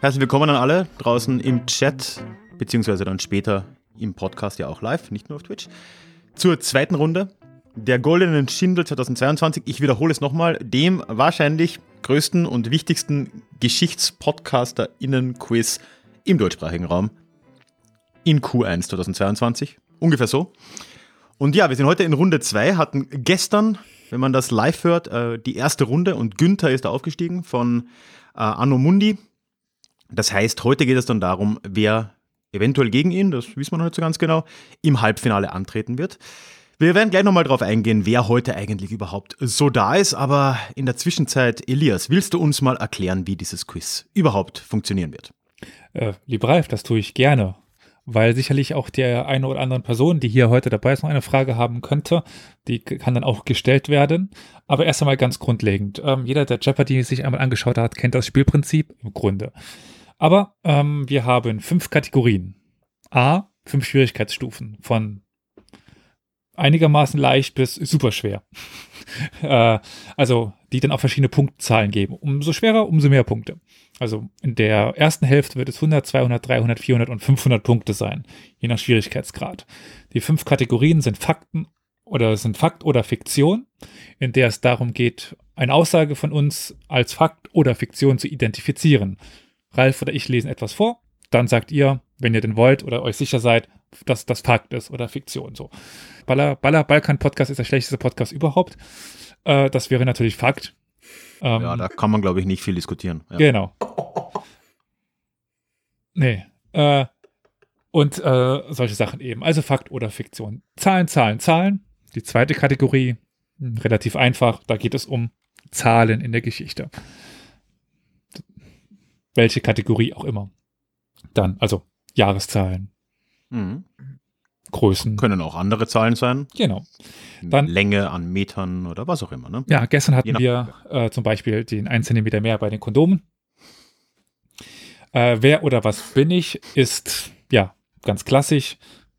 Herzlich willkommen an alle draußen im Chat, beziehungsweise dann später im Podcast ja auch live, nicht nur auf Twitch, zur zweiten Runde der Goldenen Schindel 2022. Ich wiederhole es nochmal, dem wahrscheinlich größten und wichtigsten GeschichtspodcasterInnen-Quiz im deutschsprachigen Raum in Q1 2022. Ungefähr so. Und ja, wir sind heute in Runde 2, hatten gestern, wenn man das live hört, die erste Runde und Günther ist da aufgestiegen von Anno Mundi. Das heißt, heute geht es dann darum, wer eventuell gegen ihn, das wissen wir noch nicht so ganz genau, im Halbfinale antreten wird. Wir werden gleich nochmal drauf eingehen, wer heute eigentlich überhaupt so da ist, aber in der Zwischenzeit, Elias, willst du uns mal erklären, wie dieses Quiz überhaupt funktionieren wird? Lieber Ralf, das tue ich gerne, weil sicherlich auch der eine oder anderen Person, die hier heute dabei ist, noch eine Frage haben könnte, die kann dann auch gestellt werden. Aber erst einmal ganz grundlegend, jeder, der Jeopardy sich einmal angeschaut hat, kennt das Spielprinzip im Grunde. Aber wir haben 5 Kategorien. 5 Schwierigkeitsstufen von einigermaßen leicht bis super schwer. Also die dann auch verschiedene Punktzahlen geben. Umso schwerer, umso mehr Punkte. Also in der ersten Hälfte wird es 100, 200, 300, 400 und 500 Punkte sein, je nach Schwierigkeitsgrad. Die 5 Kategorien sind Fakt oder Fiktion, in der es darum geht, eine Aussage von uns als Fakt oder Fiktion zu identifizieren. Ralf oder ich lesen etwas vor, dann sagt ihr, wenn ihr denn wollt oder euch sicher seid, dass das Fakt ist oder Fiktion. So. Balkan-Podcast ist der schlechteste Podcast überhaupt. Das wäre natürlich Fakt. Ja, da kann man, glaube ich, nicht viel diskutieren. Ja. Genau. Nee. Und solche Sachen eben. Also Fakt oder Fiktion. Zahlen, Zahlen, Zahlen. Die zweite Kategorie, relativ einfach. Da geht es um Zahlen in der Geschichte. Welche Kategorie auch immer. Dann, also Jahreszahlen. Größen. Können auch andere Zahlen sein. Genau. Dann, Länge an Metern oder was auch immer. Ne? Ja, gestern hatten wir zum Beispiel den 1 Zentimeter mehr bei den Kondomen. Wer oder was bin ich ist, ja, ganz klassisch.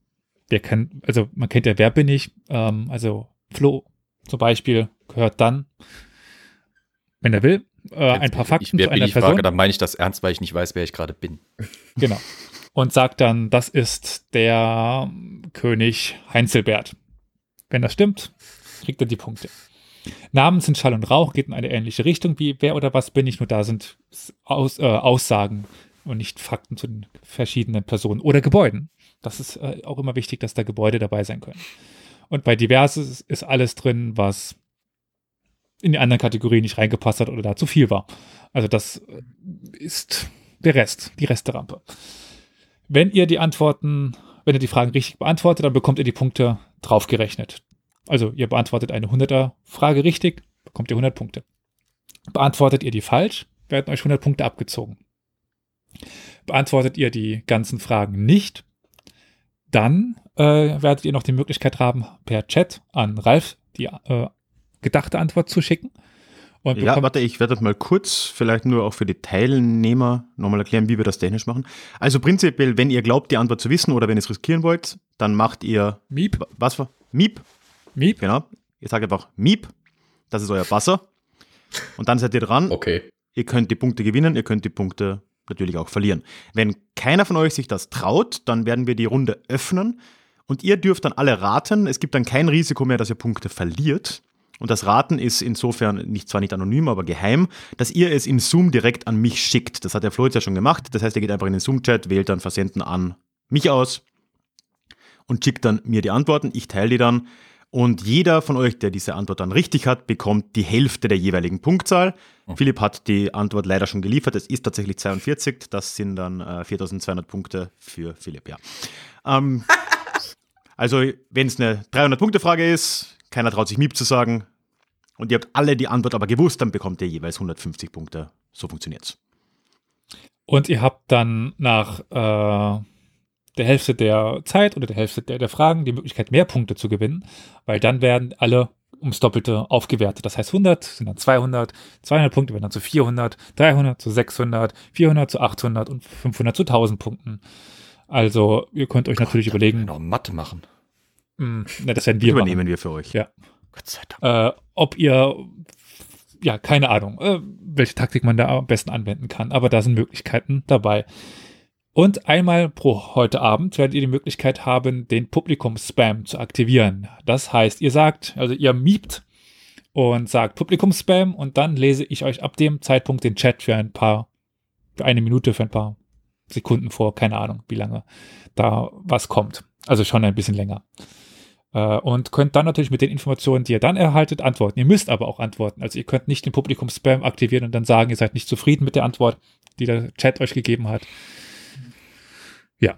Man kennt ja, wer bin ich. Also Flo zum Beispiel gehört dann, wenn er will, ein paar Fakten zu einer Person. Dann meine ich das ernst, weil ich nicht weiß, wer ich gerade bin. Genau. Und sagt dann, das ist der König Heinzelbert. Wenn das stimmt, kriegt er die Punkte. Namen sind Schall und Rauch, geht in eine ähnliche Richtung wie wer oder was bin ich, nur da sind Aussagen und nicht Fakten zu den verschiedenen Personen oder Gebäuden. Das ist auch immer wichtig, dass da Gebäude dabei sein können. Und bei Diverses ist alles drin, was in die anderen Kategorien nicht reingepasst hat oder da zu viel war. Also das ist der Rest, die Resterampe. Wenn ihr die Fragen richtig beantwortet, dann bekommt ihr die Punkte draufgerechnet. Also ihr beantwortet eine 100er-Frage richtig, bekommt ihr 100 Punkte. Beantwortet ihr die falsch, werden euch 100 Punkte abgezogen. Beantwortet ihr die ganzen Fragen nicht, dann werdet ihr noch die Möglichkeit haben, per Chat an Ralf die gedachte Antwort zu schicken. Und ja, warte, ich werde das mal kurz, vielleicht nur auch für die Teilnehmer nochmal erklären, wie wir das technisch machen. Also prinzipiell, wenn ihr glaubt, die Antwort zu wissen oder wenn ihr es riskieren wollt, dann macht ihr Miep. Was war? Miep. Miep. Genau. Ihr sagt einfach Miep. Das ist euer Buzzer. Und dann seid ihr dran. Okay. Ihr könnt die Punkte gewinnen, ihr könnt die Punkte natürlich auch verlieren. Wenn keiner von euch sich das traut, dann werden wir die Runde öffnen und ihr dürft dann alle raten. Es gibt dann kein Risiko mehr, dass ihr Punkte verliert. Und das Raten ist insofern zwar nicht anonym, aber geheim, dass ihr es in Zoom direkt an mich schickt. Das hat der Flo jetzt ja schon gemacht. Das heißt, ihr geht einfach in den Zoom-Chat, wählt dann Versenden an mich aus und schickt dann mir die Antworten. Ich teile die dann. Und jeder von euch, der diese Antwort dann richtig hat, bekommt die Hälfte der jeweiligen Punktzahl. Philipp hat die Antwort leider schon geliefert. Es ist tatsächlich 42. Das sind dann 4.200 Punkte für Philipp, ja. Also, wenn es eine 300-Punkte-Frage ist, keiner traut sich Miep zu sagen und ihr habt alle die Antwort aber gewusst, dann bekommt ihr jeweils 150 Punkte. So funktioniert's. Und ihr habt dann nach der Hälfte der Zeit oder der Hälfte der Fragen die Möglichkeit, mehr Punkte zu gewinnen, weil dann werden alle ums Doppelte aufgewertet. Das heißt, 100 sind dann 200, 200 Punkte werden dann zu 400, 300 zu 600, 400 zu 800 und 500 zu 1000 Punkten. Also ihr könnt euch natürlich überlegen. Noch Mathe machen. Das werden wir übernehmen machen. Wir für euch. Ja. Gott sei Dank. Ob ihr ja, keine Ahnung, welche Taktik man da am besten anwenden kann, aber da sind Möglichkeiten dabei. Und einmal pro heute Abend werdet ihr die Möglichkeit haben, den Publikum-Spam zu aktivieren. Das heißt, ihr miept und sagt Publikum-Spam und dann lese ich euch ab dem Zeitpunkt den Chat für eine Minute, für ein paar Sekunden vor, keine Ahnung, wie lange da was kommt. Also schon ein bisschen länger. Und könnt dann natürlich mit den Informationen, die ihr dann erhaltet, antworten. Ihr müsst aber auch antworten. Also ihr könnt nicht den Publikum-Spam aktivieren und dann sagen, ihr seid nicht zufrieden mit der Antwort, die der Chat euch gegeben hat. Ja.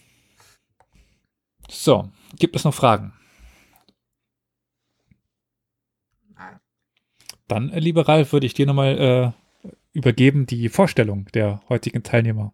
So, gibt es noch Fragen? Nein. Dann, lieber Ralf, würde ich dir nochmal übergeben, die Vorstellung der heutigen Teilnehmer.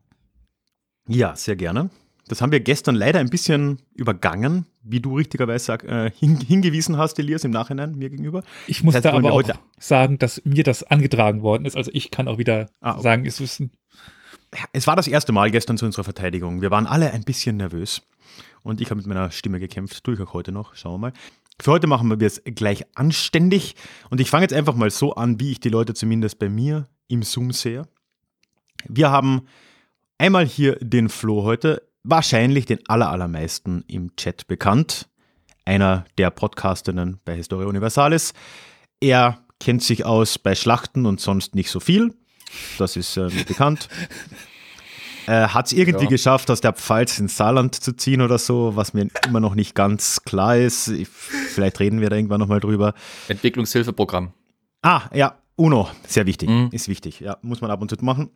Ja, sehr gerne. Das haben wir gestern leider ein bisschen übergangen, wie du richtigerweise hingewiesen hast, Elias, im Nachhinein mir gegenüber. Ich muss Das heißt, da aber auch heute sagen, dass mir das angetragen worden ist. Also ich kann auch wieder okay. sagen, es ist Es war das erste Mal gestern zu unserer Verteidigung. Wir waren alle ein bisschen nervös und ich habe mit meiner Stimme gekämpft. Tue ich auch heute noch. Schauen wir mal. Für heute machen wir es gleich anständig und ich fange jetzt einfach mal so an, wie ich die Leute zumindest bei mir im Zoom sehe. Wir haben einmal hier den Flo heute, wahrscheinlich den allermeisten im Chat bekannt. Einer der Podcasterinnen bei Historia Universalis. Er kennt sich aus bei Schlachten und sonst nicht so viel. Das ist mir bekannt. Hat es irgendwie geschafft, aus der Pfalz ins Saarland zu ziehen oder so, was mir immer noch nicht ganz klar ist. Vielleicht reden wir da irgendwann nochmal drüber. Entwicklungshilfeprogramm. Ja, UNO, sehr wichtig. Ist wichtig, ja, muss man ab und zu machen.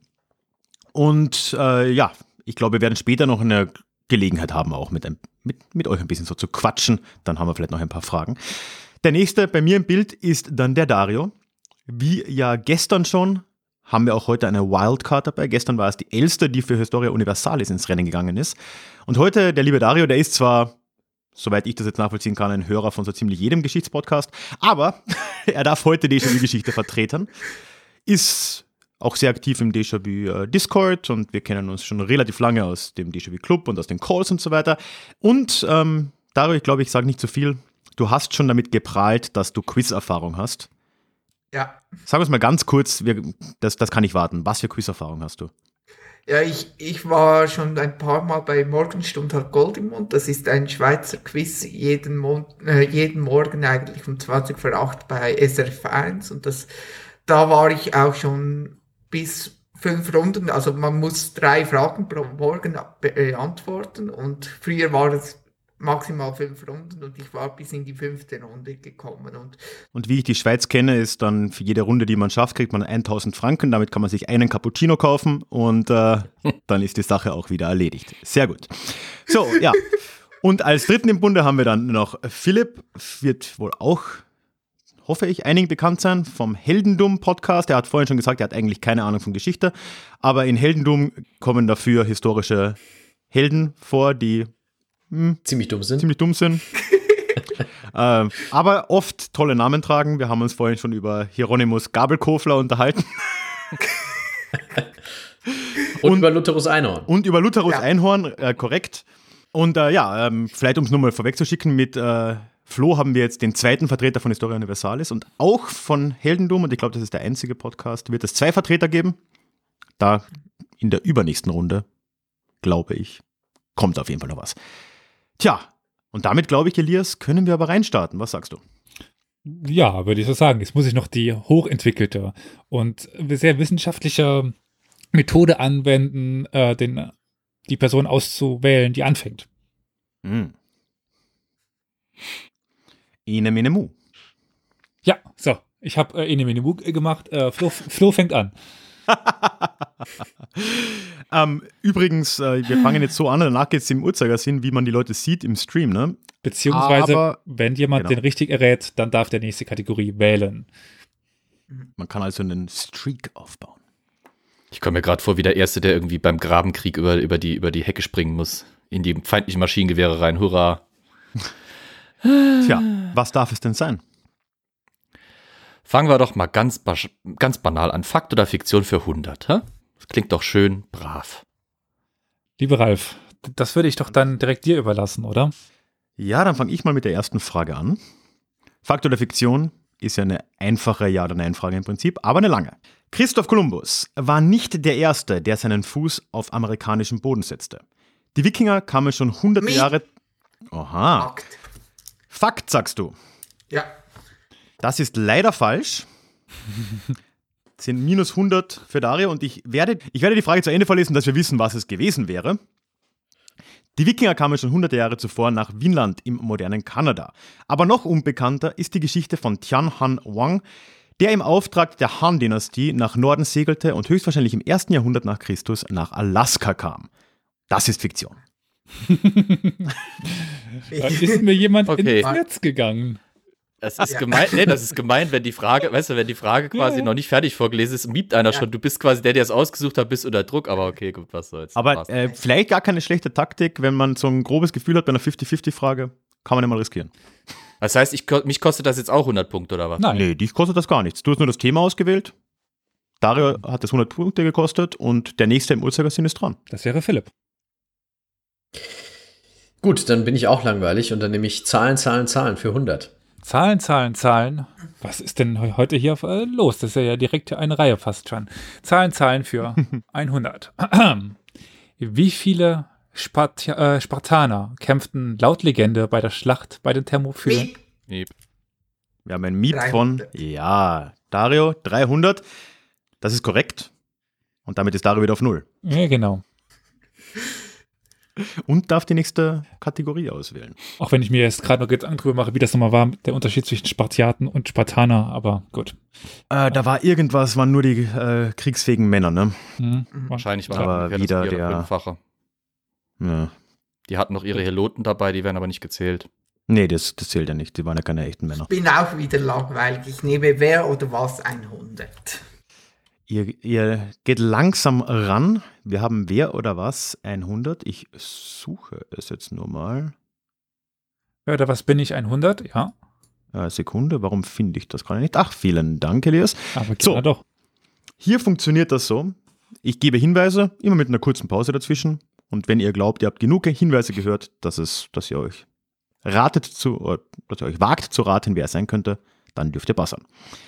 Und ich glaube, wir werden später noch eine Gelegenheit haben, auch mit euch ein bisschen so zu quatschen. Dann haben wir vielleicht noch ein paar Fragen. Der nächste bei mir im Bild ist dann der Dario. Wie ja gestern schon, haben wir auch heute eine Wildcard dabei. Gestern war es die Elster, die für Historia Universalis ins Rennen gegangen ist. Und heute, der liebe Dario, der ist zwar, soweit ich das jetzt nachvollziehen kann, ein Hörer von so ziemlich jedem Geschichtspodcast, aber er darf heute Déjà-vu-Geschichte vertreten. Ist auch sehr aktiv im Déjà-vu Discord und wir kennen uns schon relativ lange aus dem Déjà-vu Club und aus den Calls und so weiter. Und Dario, ich glaube, ich sage nicht zu viel, du hast schon damit geprahlt, dass du Quiz-Erfahrung hast. Ja. Sag uns mal ganz kurz, das kann ich warten. Was für Quiz-Erfahrung hast du? Ja, ich war schon ein paar Mal bei Morgenstund hat Gold im Mund. Das ist ein Schweizer Quiz jeden Morgen eigentlich um 20 vor 8 bei SRF 1. Und da war ich auch schon bis 5 Runden. Also man muss 3 Fragen pro Morgen beantworten. Und früher war es maximal 5 Runden und ich war bis in die 5. Runde gekommen. Und wie ich die Schweiz kenne, ist dann für jede Runde, die man schafft, kriegt man 1000 Franken. Damit kann man sich einen Cappuccino kaufen und dann ist die Sache auch wieder erledigt. Sehr gut. So, ja. Und als dritten im Bunde haben wir dann noch Philipp, wird wohl auch, hoffe ich, einigen bekannt sein, vom Heldendum-Podcast. Er hat vorhin schon gesagt, er hat eigentlich keine Ahnung von Geschichte, aber in Heldendum kommen dafür historische Helden vor, die ziemlich dumm sind. Aber oft tolle Namen tragen. Wir haben uns vorhin schon über Hieronymus Gabelkofler unterhalten. und über Lutherus Einhorn. Und über Lutherus Einhorn, korrekt. Und vielleicht um es nur mal vorwegzuschicken, mit Flo haben wir jetzt den zweiten Vertreter von Historia Universalis und auch von Heldendum, und ich glaube, das ist der einzige Podcast, wird es 2 Vertreter geben. Da in der übernächsten Runde, glaube ich, kommt auf jeden Fall noch was. Tja, und damit, glaube ich, Elias, können wir aber reinstarten. Was sagst du? Ja, würde ich so sagen. Jetzt muss ich noch die hochentwickelte und sehr wissenschaftliche Methode anwenden, die Person auszuwählen, die anfängt. Ene mene mu. Ja, so. Ich habe Ene mene mu gemacht. Flo fängt an. Übrigens, wir fangen jetzt so an, danach geht es im Uhrzeigersinn, wie man die Leute sieht im Stream, ne? Beziehungsweise, wenn jemand den richtig errät, dann darf der nächste Kategorie wählen. Man kann also einen Streak aufbauen. Ich komme mir gerade vor wie der Erste, der irgendwie beim Grabenkrieg über die Hecke springen muss. In die feindlichen Maschinengewehre rein. Hurra! Tja, was darf es denn sein? Fangen wir doch mal ganz banal an. Fakt oder Fiktion für 100, hä? Das klingt doch schön brav. Lieber Ralf, das würde ich doch dann direkt dir überlassen, oder? Ja, dann fange ich mal mit der ersten Frage an. Fakt oder Fiktion? Ist ja eine einfache Ja- oder Nein-Frage im Prinzip, aber eine lange. Christoph Kolumbus war nicht der Erste, der seinen Fuß auf amerikanischen Boden setzte. Die Wikinger kamen schon hunderte Jahre... Oha. Fakt. Fakt, sagst du. Ja. Das ist leider falsch. Das sind minus 100 für Dario und ich werde die Frage zu Ende vorlesen, dass wir wissen, was es gewesen wäre. Die Wikinger kamen schon hunderte Jahre zuvor nach Vinland im modernen Kanada. Aber noch unbekannter ist die Geschichte von Tian Han Wang, der im Auftrag der Han-Dynastie nach Norden segelte und höchstwahrscheinlich im 1. Jahrhundert nach Christus nach Alaska kam. Das ist Fiktion. Da ist mir jemand Okay. ins Netz gegangen. Das ist gemein, wenn die Frage, quasi noch nicht fertig vorgelesen ist, miebt einer schon. Du bist quasi der es ausgesucht hat, bist unter Druck, aber okay, gut, was soll's. Aber Passt. vielleicht gar keine schlechte Taktik, wenn man so ein grobes Gefühl hat bei einer 50-50-Frage, kann man ja mal riskieren. Das heißt, mich kostet das jetzt auch 100 Punkte, oder was? Nein. Nee, dich kostet das gar nichts. Du hast nur das Thema ausgewählt. Dario hat das 100 Punkte gekostet und der nächste im Uhrzeigersinn ist dran. Das wäre Philipp. Gut, dann bin ich auch langweilig und dann nehme ich Zahlen für 100. Zahlen. Was ist denn heute hier los? Das ist ja direkt eine Reihe fast schon. Zahlen für 100. Wie viele Spartaner kämpften laut Legende bei der Schlacht bei den Thermopylen? Miep. Wir haben ein Miep von, 300. ja, Dario, 300. Das ist korrekt. Und damit ist Dario wieder auf 0. Ja, genau. Und darf die nächste Kategorie auswählen. Auch wenn ich mir jetzt gerade noch Gedanken drüber mache, wie das nochmal war, der Unterschied zwischen Spartiaten und Spartaner, aber gut. Da war irgendwas, waren nur die kriegsfähigen Männer, ne? Wahrscheinlich war Aber ungefähr wieder das 4- oder der- 5-fache. Ja. Die hatten noch ihre Heloten dabei, die werden aber nicht gezählt. Nee, das zählt ja nicht. Die waren ja keine echten Männer. Bin auch wieder langweilig. Ich nehme wer oder was 100. Ihr geht langsam ran. Wir haben wer oder was 100. Ich suche es jetzt nur mal. Ja, oder was bin ich, 100? Ja, Sekunde, warum finde ich das gerade nicht? Ach, vielen Dank, Elias. aber So. ja, doch. Hier funktioniert das so. Ich gebe Hinweise, immer mit einer kurzen Pause dazwischen. Und wenn ihr glaubt, ihr habt genug Hinweise gehört, dass ihr euch dass ihr euch wagt zu raten, wer es sein könnte, dann dürft ihr buzzern.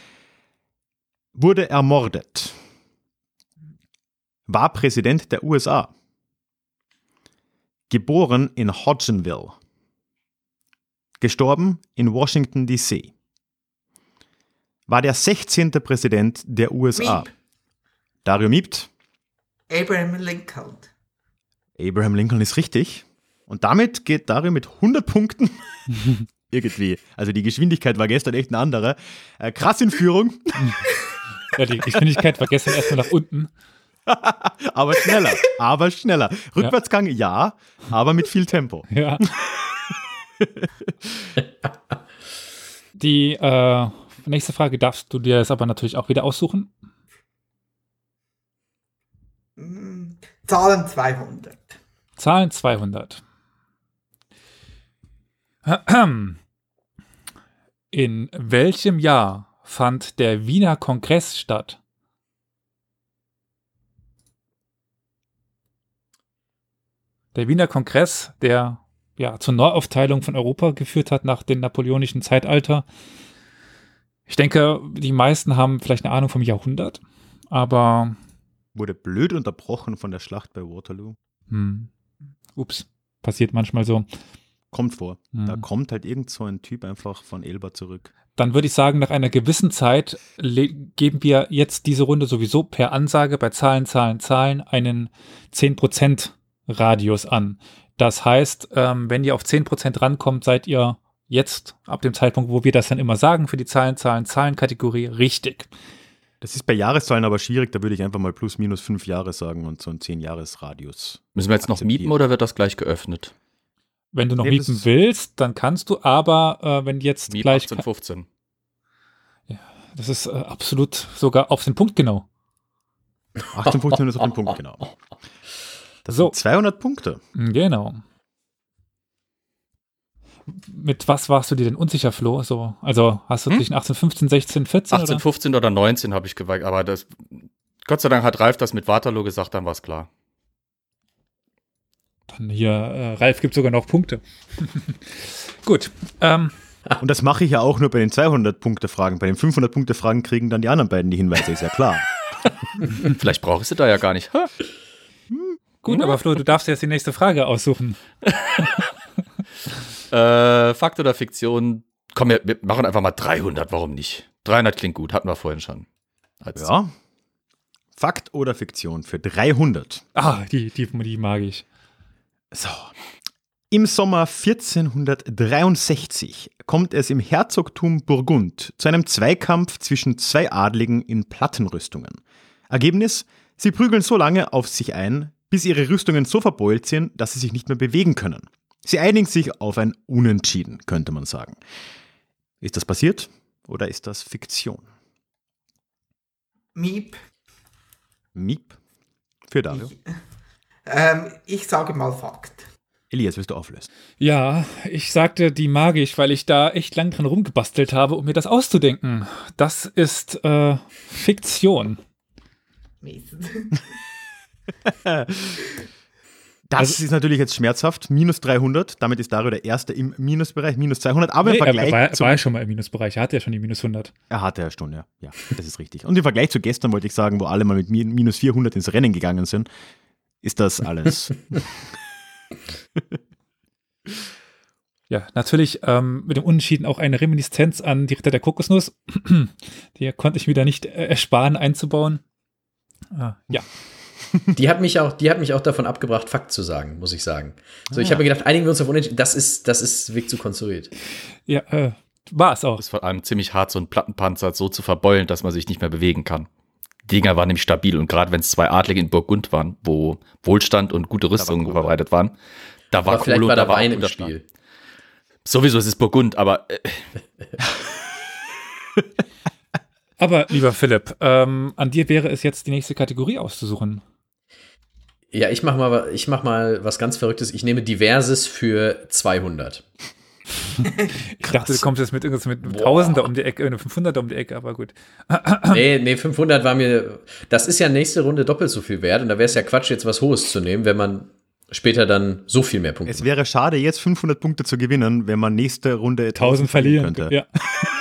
Wurde ermordet. War Präsident der USA. Geboren in Hodgenville. Gestorben in Washington, D.C. War der 16. Präsident der USA. Miep. Dario miebt. Abraham Lincoln. Abraham Lincoln ist richtig. Und damit geht Dario mit 100 Punkten irgendwie. Also die Geschwindigkeit war gestern echt eine andere. Krass in Führung, Ja, die Geschwindigkeit war gestern erstmal nach unten. aber schneller. Rückwärtsgang ja, aber mit viel Tempo. Ja. Die nächste Frage darfst du dir jetzt aber natürlich auch wieder aussuchen. Zahlen 200. Zahlen 200. In welchem Jahr fand der Wiener Kongress statt? Der Wiener Kongress, der ja zur Neuaufteilung von Europa geführt hat nach dem napoleonischen Zeitalter. Ich denke, die meisten haben vielleicht eine Ahnung vom Jahrhundert, aber Wurde blöd unterbrochen von der Schlacht bei Waterloo. ups, passiert manchmal so. Kommt vor. Hm. Da kommt halt irgend so ein Typ einfach von Elba zurück. Dann würde ich sagen, nach einer gewissen Zeit geben wir jetzt diese Runde sowieso per Ansage bei Zahlen einen 10% Radius an. Das heißt, wenn ihr auf 10% rankommt, seid ihr jetzt ab dem Zeitpunkt, wo wir das dann immer sagen, für die Zahlen-Kategorie richtig. Das ist bei Jahreszahlen aber schwierig, da würde ich einfach mal plus minus 5 Jahre sagen und so einen 10-Jahres-Radius. Müssen wir jetzt noch akzeptieren. mieten oder wird das gleich geöffnet? Wenn du noch Nee, das mieten ist- willst, dann kannst du, aber wenn jetzt Miet gleich... 1815. Das ist absolut sogar auf den Punkt genau. 18, 15 ist auf den Punkt, genau. Das So. sind 200 Punkte. Genau. Mit was warst du dir denn unsicher, Flo? So, also hast du zwischen 18, 15, 16, 14 18, oder? 15 oder 19 habe ich gewagt, aber das, Gott sei Dank hat Ralf das mit Waterloo gesagt, dann war es klar. Dann hier, Ralf gibt sogar noch Punkte. Gut, Und das mache ich ja auch nur bei den 200-Punkte-Fragen. Bei den 500-Punkte-Fragen kriegen dann die anderen beiden die Hinweise, ist ja klar. Vielleicht brauchst du da ja gar nicht. Ha? Gut, aber Flo, du darfst jetzt die nächste Frage aussuchen. Fakt oder Fiktion? Komm, wir machen einfach mal 300, warum nicht? 300 klingt gut, hatten wir vorhin schon. Ja. Fakt oder Fiktion für 300. Ah, die mag ich. So. Im Sommer 1463 kommt es im Herzogtum Burgund zu einem Zweikampf zwischen zwei Adligen in Plattenrüstungen. Ergebnis: Sie prügeln so lange auf sich ein, bis ihre Rüstungen so verbeult sind, dass sie sich nicht mehr bewegen können. Sie einigen sich auf ein Unentschieden, könnte man sagen. Ist das passiert oder ist das Fiktion? Miep. Miep für Dario. Ich sage mal Fakt. Elias, willst du auflösen? Ja, ich sagte, die mag ich, weil ich da echt lang dran rumgebastelt habe, um mir das auszudenken. Das ist Fiktion. Mist. Das ist natürlich jetzt schmerzhaft. Minus 300, damit ist Dario der Erste im Minusbereich, minus 200. Aber im Vergleich er war ja schon mal im Minusbereich, er hatte ja schon die minus 100. Er hatte ja schon, ja. Ja, das ist richtig. Und im Vergleich zu gestern wollte ich sagen, wo alle mal mit minus 400 ins Rennen gegangen sind, ist das alles. Ja, natürlich mit dem Unentschieden auch eine Reminiszenz an die Ritter der Kokosnuss. Die konnte ich wieder nicht ersparen einzubauen. Ja. Die hat mich auch davon abgebracht, Fakt zu sagen, muss ich sagen. So, ich habe mir gedacht, einigen wir uns auf Unentschieden. Das ist Weg zu konstruiert. Ja, war es auch. Das ist vor allem ziemlich hart, so einen Plattenpanzer so zu verbeulen, dass man sich nicht mehr bewegen kann. Die Dinger waren nämlich stabil und gerade wenn es zwei Adlige in Burgund waren, wo Wohlstand und gute Rüstungen verbreitet waren, da war Aber vielleicht Kohle war und da da war Wein auch im guter Spiel. Schlag. Sowieso, es ist Burgund, aber Aber, lieber Philipp, an dir wäre es jetzt, die nächste Kategorie auszusuchen. Ja, ich mach mal was ganz Verrücktes. Ich nehme Diverses für 200. Ich dachte, du kommst jetzt mit irgendwas mit einem Tausender um die Ecke, einem 500er um die Ecke, aber gut. Nee, 500 war mir, das ist ja nächste Runde doppelt so viel wert und da wäre es ja Quatsch, jetzt was Hohes zu nehmen, wenn man später dann so viel mehr Punkte Es wäre schade, jetzt 500 Punkte zu gewinnen, wenn man nächste Runde 1000 verlieren könnte. Ja.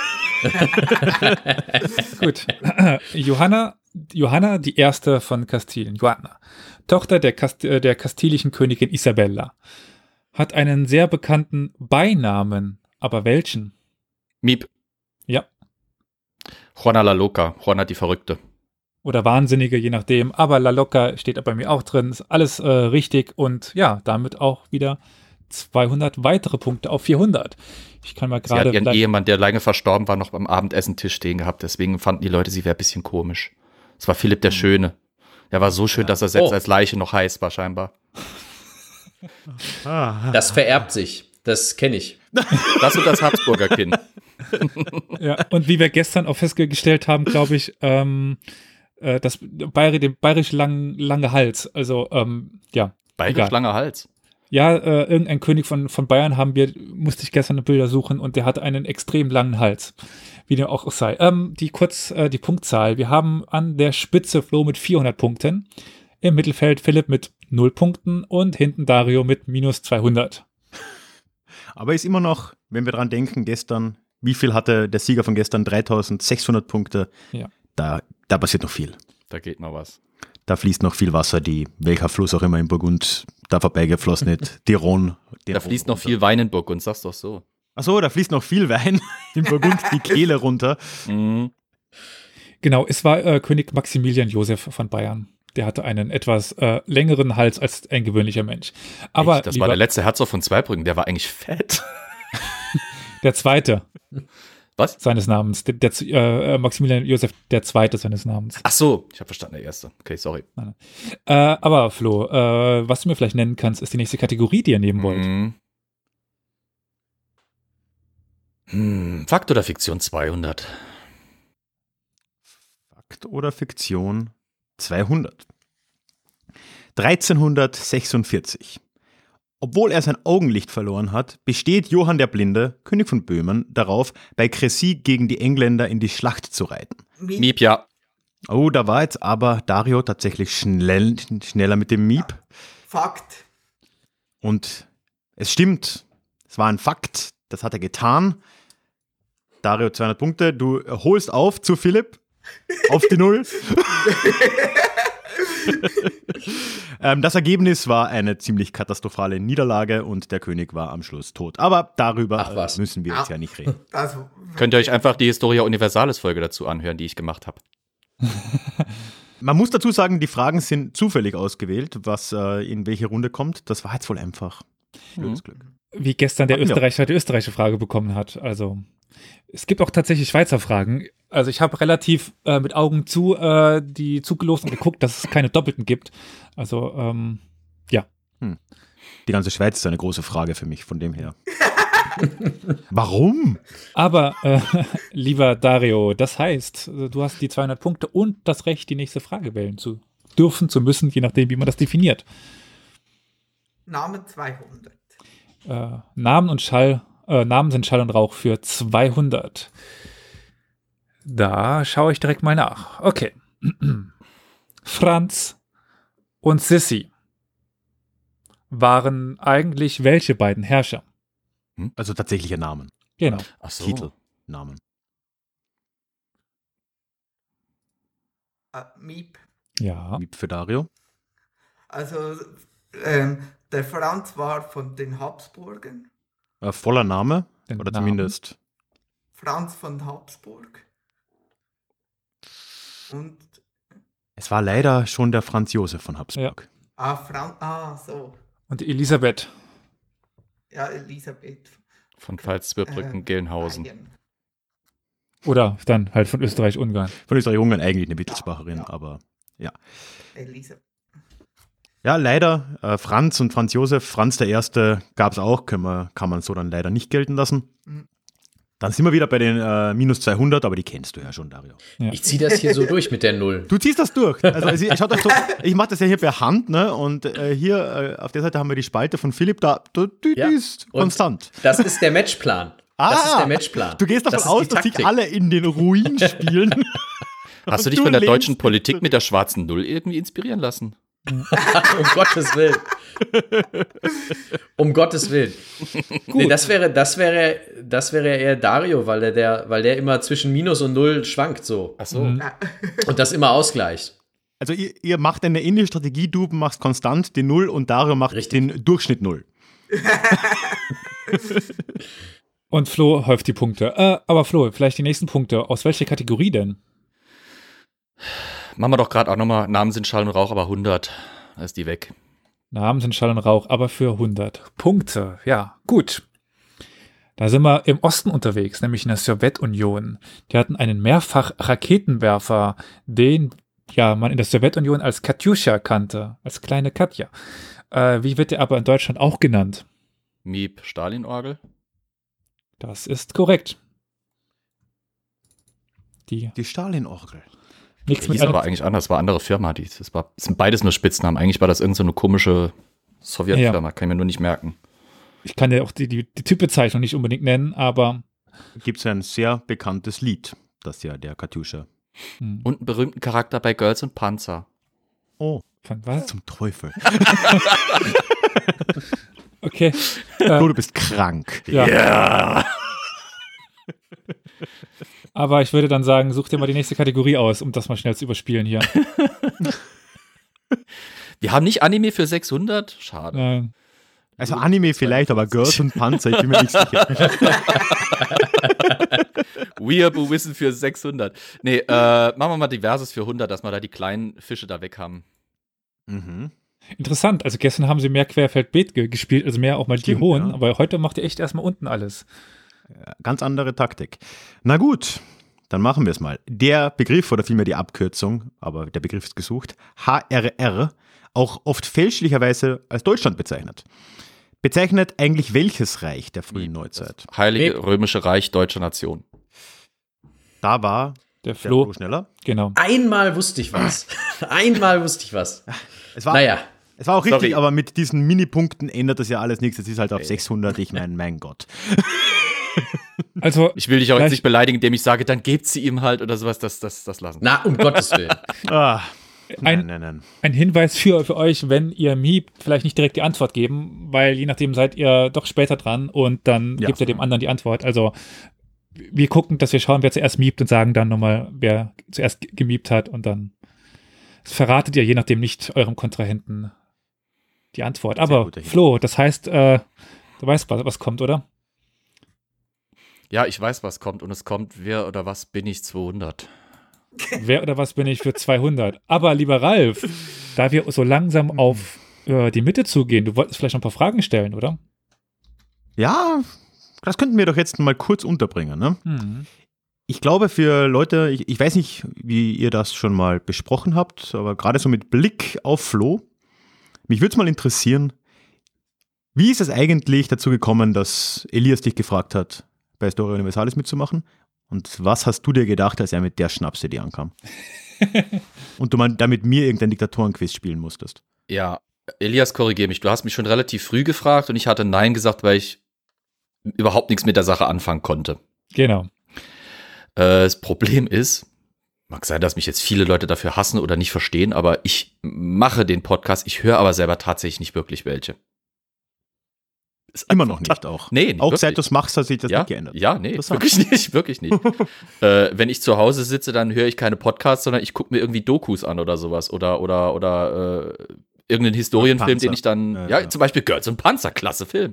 Gut. Johanna, die erste von Kastilien, Johanna, Tochter der kastilischen Königin Isabella, hat einen sehr bekannten Beinamen, aber welchen? Miep. Ja. Juana la Loca, Juana die Verrückte. Oder Wahnsinnige, je nachdem. Aber La Loca steht bei mir auch drin. Ist alles richtig und ja, damit auch wieder 200 weitere Punkte auf 400. Ich kann mal Sie hat gerade. ihren Ehemann, der lange verstorben war, noch beim Abendessentisch stehen gehabt. Deswegen fanden die Leute, sie wäre ein bisschen komisch. Es war Philipp der Schöne. Der war so schön, dass er selbst als Leiche noch heiß war, scheinbar. Das vererbt sich. Das kenne ich. Das und das Habsburger Kind. Ja, und wie wir gestern auch festgestellt haben, glaube ich, den bayerisch lange Hals. Also, ja. Bayerisch langer Hals. Ja, irgendein König von Bayern musste ich gestern Bilder suchen und der hat einen extrem langen Hals. Wie dem auch sei. Die Punktzahl. Wir haben an der Spitze Flo mit 400 Punkten. Im Mittelfeld Philipp mit 0 Punkten und hinten Dario mit minus 200. Aber ist immer noch, wenn wir dran denken, gestern, wie viel hatte der Sieger von gestern? 3600 Punkte. Ja. Da passiert noch viel. Da geht noch was. Da fließt noch viel Wasser, welcher Fluss auch immer in Burgund da vorbeigeflossen ist. Die Rhone. Da fließt noch viel Wein in Burgund, sag's doch so. Achso, da fließt noch viel Wein in Burgund die Kehle runter. Mhm. Genau, es war König Maximilian Joseph von Bayern. Der hatte einen etwas längeren Hals als ein gewöhnlicher Mensch. Aber das war der letzte Herzog von Zweibrücken, der war eigentlich fett. Der zweite. Was? Seines Namens. Maximilian Joseph, der zweite seines Namens. Ach so, ich habe verstanden, der erste. Okay, sorry. Aber Flo, was du mir vielleicht nennen kannst, ist die nächste Kategorie, die ihr nehmen wollt. Fakt oder Fiktion 200? Fakt oder Fiktion 200. 1346. Obwohl er sein Augenlicht verloren hat, besteht Johann der Blinde, König von Böhmen, darauf, bei Crécy gegen die Engländer in die Schlacht zu reiten. Miep, ja. Oh, da war jetzt aber Dario tatsächlich schneller mit dem Miep. Fakt. Und es stimmt, es war ein Fakt, das hat er getan. Dario 200 Punkte. Du holst auf zu Philipp. Auf die Null. Das Ergebnis war eine ziemlich katastrophale Niederlage und der König war am Schluss tot. Aber darüber müssen wir jetzt ja nicht reden. Könnt ihr euch einfach die Historia Universalis Folge dazu anhören, die ich gemacht habe. Man muss dazu sagen, die Fragen sind zufällig ausgewählt, was in welche Runde kommt. Das war jetzt wohl einfach. Blödes Glück. Wie gestern der Österreicher die österreichische Frage bekommen hat. Also es gibt auch tatsächlich Schweizer Fragen. Also ich habe relativ mit Augen zu die zugelost und geguckt, dass es keine Doppelten gibt. Also ja. Die ganze Schweiz ist eine große Frage für mich, von dem her. Warum? Aber lieber Dario, das heißt, du hast die 200 Punkte und das Recht, die nächste Frage wählen zu dürfen, zu müssen, je nachdem, wie man das definiert. Namen 200. Namen sind Schall und Rauch für 200. Da schaue ich direkt mal nach. Okay. Franz und Sissi waren eigentlich welche beiden Herrscher? Also tatsächliche Namen. Genau. Ach so. Titelnamen. Miep. Ja. Miep für Dario. Also, der Franz war von den Habsburgen. Voller Name. Den Oder Namen. zumindest. Franz von Habsburg. Und, Es war leider schon der Franz Josef von Habsburg. so. Und Elisabeth. Ja, Elisabeth. Von Pfalz-Zwirbrücken-Gelnhausen. Bayern. Oder dann halt von Österreich-Ungarn. Von Österreich-Ungarn eigentlich eine Wittelsbacherin, aber ja. Elisabeth. Ja, leider, Franz und Franz Josef, Franz der Erste gab es auch, kann man so dann leider nicht gelten lassen. Dann sind wir wieder bei den minus 200, aber die kennst du ja schon, Dario. Ja. Ich ziehe das hier so durch mit der Null. Du ziehst das durch. Also schaut euch so, ich mache das ja hier per Hand, ne? Und hier auf der Seite haben wir die Spalte von Philipp, die Ja. ist Und konstant. Das ist der Matchplan. Das ist der Matchplan. Du gehst davon Das ist aus, die dass sich Taktik. alle in den Ruin spielen. Hast du Und dich von der lehnst deutschen dich Politik zurück. mit der schwarzen Null irgendwie inspirieren lassen? Um Gottes Willen. Um Gottes Willen. Nee, das wäre eher Dario, weil der immer zwischen Minus und Null schwankt so. Ach so. Und das immer ausgleicht. Also ihr macht eine ähnliche Strategie, du machst konstant die Null und Dario macht Richtig. den Durchschnitt Null. Und Flo häuft die Punkte. Aber Flo, vielleicht die nächsten Punkte. Aus welcher Kategorie denn? Machen wir doch gerade auch nochmal, Namen sind Schall und Rauch, aber 100. Da ist die weg. Namen sind Schall und Rauch, aber für 100 Punkte. Ja, gut. Da sind wir im Osten unterwegs, nämlich in der Sowjetunion. Die hatten einen Mehrfach-Raketenwerfer, den man in der Sowjetunion als Katjuscha kannte, als kleine Katja. Wie wird der aber in Deutschland auch genannt? Miep, Stalin-Orgel. Das ist korrekt. Die Stalin-Orgel. Nichts Die mit hieß aber eigentlich anders, war eine andere Firma. Das sind beides nur Spitznamen. Eigentlich war das irgend so eine komische Sowjetfirma, kann ich mir nur nicht merken. Ich kann ja auch die Typbezeichnung nicht unbedingt nennen, aber Gibt es ein sehr bekanntes Lied, das ja der Katjuscha. Und einen berühmten Charakter bei Girls und Panzer. Oh, von was? zum Teufel. Okay. Du bist krank. Ja. Aber ich würde dann sagen, such dir mal die nächste Kategorie aus, um das mal schnell zu überspielen hier. Wir haben nicht Anime für 600? Schade. Also Anime vielleicht, aber Girls und Panzer, ich bin mir nicht sicher. Weeaboo Wissen für 600. Nee, machen wir mal Diverses für 100, dass wir da die kleinen Fische da weg haben. Mhm. Interessant, also gestern haben sie mehr Querfeldbeet gespielt, also mehr auch mal Stimmt, die hohen, ja. aber heute macht ihr echt erstmal unten alles. Ganz andere Taktik. Na gut, dann machen wir es mal. Der Begriff oder vielmehr die Abkürzung, aber der Begriff ist gesucht, HRR, auch oft fälschlicherweise als Deutschland bezeichnet. Bezeichnet eigentlich welches Reich der frühen Neuzeit? Heilige Römische Reich deutscher Nation. Da war Der der Flo, Flo schneller. genau. Einmal wusste ich was. Einmal wusste ich was. Es war, Naja. es war auch richtig, Sorry. aber mit diesen Minipunkten ändert das ja alles nichts. Es ist halt auf 600, ich meine, mein Gott. Also, Ich will dich auch jetzt Vielleicht- nicht beleidigen, indem ich sage, dann gebt sie ihm halt oder sowas, das lassen. Na, um Gottes Willen. Ah, Ein- nein. ein Hinweis für euch, wenn ihr Miep vielleicht nicht direkt die Antwort geben, weil je nachdem seid ihr doch später dran und dann Ja. gebt ihr dem anderen die Antwort. Also wir gucken, dass wir schauen, wer zuerst miebt und sagen dann nochmal, wer zuerst gemiebt hat und dann verratet ihr je nachdem nicht eurem Kontrahenten die Antwort. Aber guter Hinweis. Flo, das heißt, du weißt, was kommt, oder? Ja, ich weiß, was kommt und es kommt, wer oder was bin ich 200. Wer oder was bin ich für 200? Aber lieber Ralf, da wir so langsam auf die Mitte zugehen, du wolltest vielleicht noch ein paar Fragen stellen, oder? Ja, das könnten wir doch jetzt mal kurz unterbringen. Ne? Ich glaube, für Leute, ich weiß nicht, wie ihr das schon mal besprochen habt, aber gerade so mit Blick auf Flo, mich würde es mal interessieren, wie ist es eigentlich dazu gekommen, dass Elias dich gefragt hat, bei Historia Universalis mitzumachen? Und was hast du dir gedacht, als er mit der Schnapsidee ankam? Und du da mit mir irgendein Diktatorenquiz spielen musstest? Ja, Elias, korrigier mich. Du hast mich schon relativ früh gefragt und ich hatte Nein gesagt, weil ich überhaupt nichts mit der Sache anfangen konnte. Genau. Das Problem ist, mag sein, dass mich jetzt viele Leute dafür hassen oder nicht verstehen, aber ich mache den Podcast, ich höre aber selber tatsächlich nicht wirklich welche. Ist Immer einfach noch nicht auch. Nee, nicht auch wirklich. seit du es machst, hat sich das nicht geändert. Ja, nee, Interessant. wirklich nicht. Wenn ich zu Hause sitze, dann höre ich keine Podcasts, sondern ich gucke mir irgendwie Dokus an oder sowas oder irgendeinen Historienfilm, Panzer. den ich dann, Ja. zum Beispiel Girls und Panzer, klasse Film.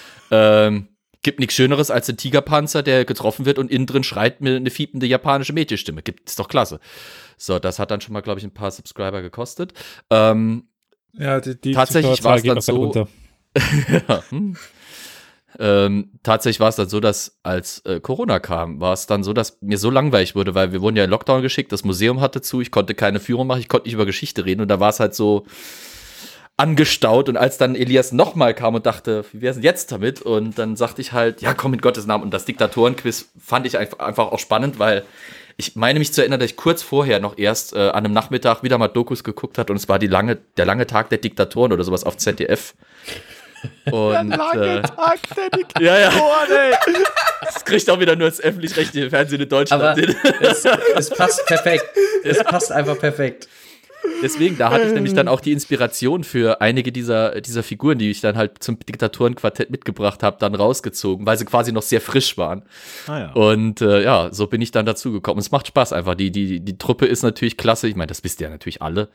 Gibt nichts Schöneres als ein Tigerpanzer, der getroffen wird und innen drin schreit mir eine fiepende japanische Mädchenstimme. Ist doch klasse. So, das hat dann schon mal, glaube ich, ein paar Subscriber gekostet. Ja, die Tatsächlich war es dann so. runter. Ja, tatsächlich war es dann so, dass als Corona kam, war es dann so, dass mir so langweilig wurde, weil wir wurden ja in Lockdown geschickt, das Museum hatte zu, ich konnte keine Führung machen, ich konnte nicht über Geschichte reden und da war es halt so angestaut und als dann Elias nochmal kam und dachte, wie wär's denn jetzt damit? Und dann sagte ich halt, ja komm, in Gottes Namen. Und das Diktatorenquiz fand ich einfach auch spannend, weil ich meine mich zu erinnern, dass ich kurz vorher noch erst an einem Nachmittag wieder mal Dokus geguckt hat und es war der lange Tag der Diktatoren oder sowas auf ZDF. Und, Tag der Diktatoren, ja. Das kriegt auch wieder nur das öffentlich-rechtliche Fernsehen in Deutschland. Aber es passt perfekt. Es passt einfach perfekt. Deswegen, da hatte ich nämlich dann auch die Inspiration für einige dieser Figuren, die ich dann halt zum Diktatorenquartett mitgebracht habe, dann rausgezogen, weil sie quasi noch sehr frisch waren. ja. Und so bin ich dann dazu gekommen. Es macht Spaß einfach. Die Truppe ist natürlich klasse. Ich meine, das wisst ihr ja natürlich alle.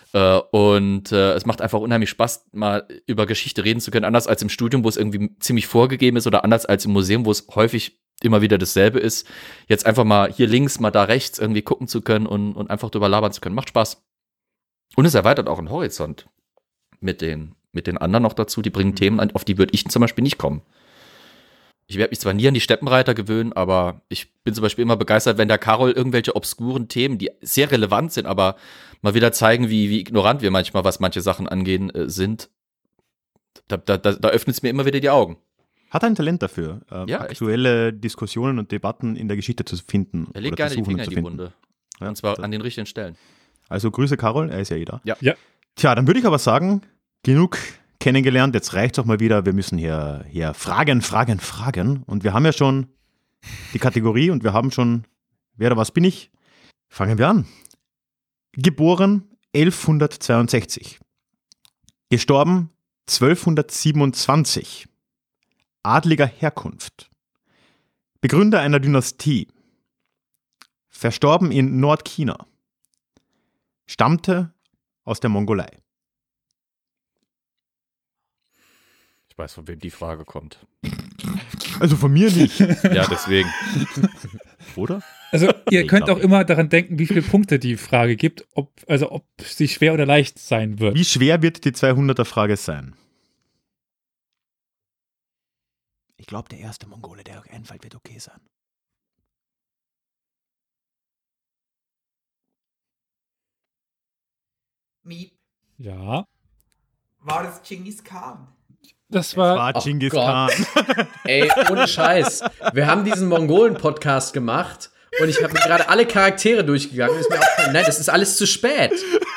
Es macht einfach unheimlich Spaß, mal über Geschichte reden zu können. Anders als im Studium, wo es irgendwie ziemlich vorgegeben ist oder anders als im Museum, wo es häufig immer wieder dasselbe ist. Jetzt einfach mal hier links, mal da rechts irgendwie gucken zu können und einfach drüber labern zu können. Macht Spaß. Und es erweitert auch einen Horizont mit den anderen noch dazu. Die bringen Themen an, auf die würde ich zum Beispiel nicht kommen. Ich werde mich zwar nie an die Steppenreiter gewöhnen, aber ich bin zum Beispiel immer begeistert, wenn der Karol irgendwelche obskuren Themen, die sehr relevant sind, aber mal wieder zeigen, wie ignorant wir manchmal, was manche Sachen angehen, sind. Da öffnet es mir immer wieder die Augen. Hat ein Talent dafür, Ja, aktuelle Diskussionen und Debatten in der Geschichte zu finden. Er legt oder gerne die versuchen Finger zu in die finden. Wunde. Ja, Und zwar das- an den richtigen Stellen. Also Grüße Karol, er ist ja eh da. Ja. Ja. Tja, dann würde ich aber sagen, genug kennengelernt, jetzt reicht doch mal wieder, wir müssen hier fragen. Und wir haben ja schon die Kategorie und wir haben schon, wer oder was bin ich? Fangen wir an. Geboren 1162. Gestorben 1227. Adliger Herkunft. Begründer einer Dynastie. Verstorben in Nordchina. Stammte aus der Mongolei. Ich weiß, von wem die Frage kommt. Also von mir nicht. Ja, deswegen. Oder? Also ihr Ich könnt glaub auch immer daran denken, wie viele Punkte die Frage gibt, ob sie schwer oder leicht sein wird. Wie schwer wird die 200er-Frage sein? Ich glaube, der erste Mongole, der euch einfällt, wird okay sein. Miep, Ja, war es Genghis Khan? das war War Ach Genghis Gott. Khan. Ey, ohne Scheiß. Wir haben diesen Mongolen-Podcast gemacht und ich habe mir gerade alle Charaktere durchgegangen. Ist mir aufgefallen, nein, das ist alles zu spät.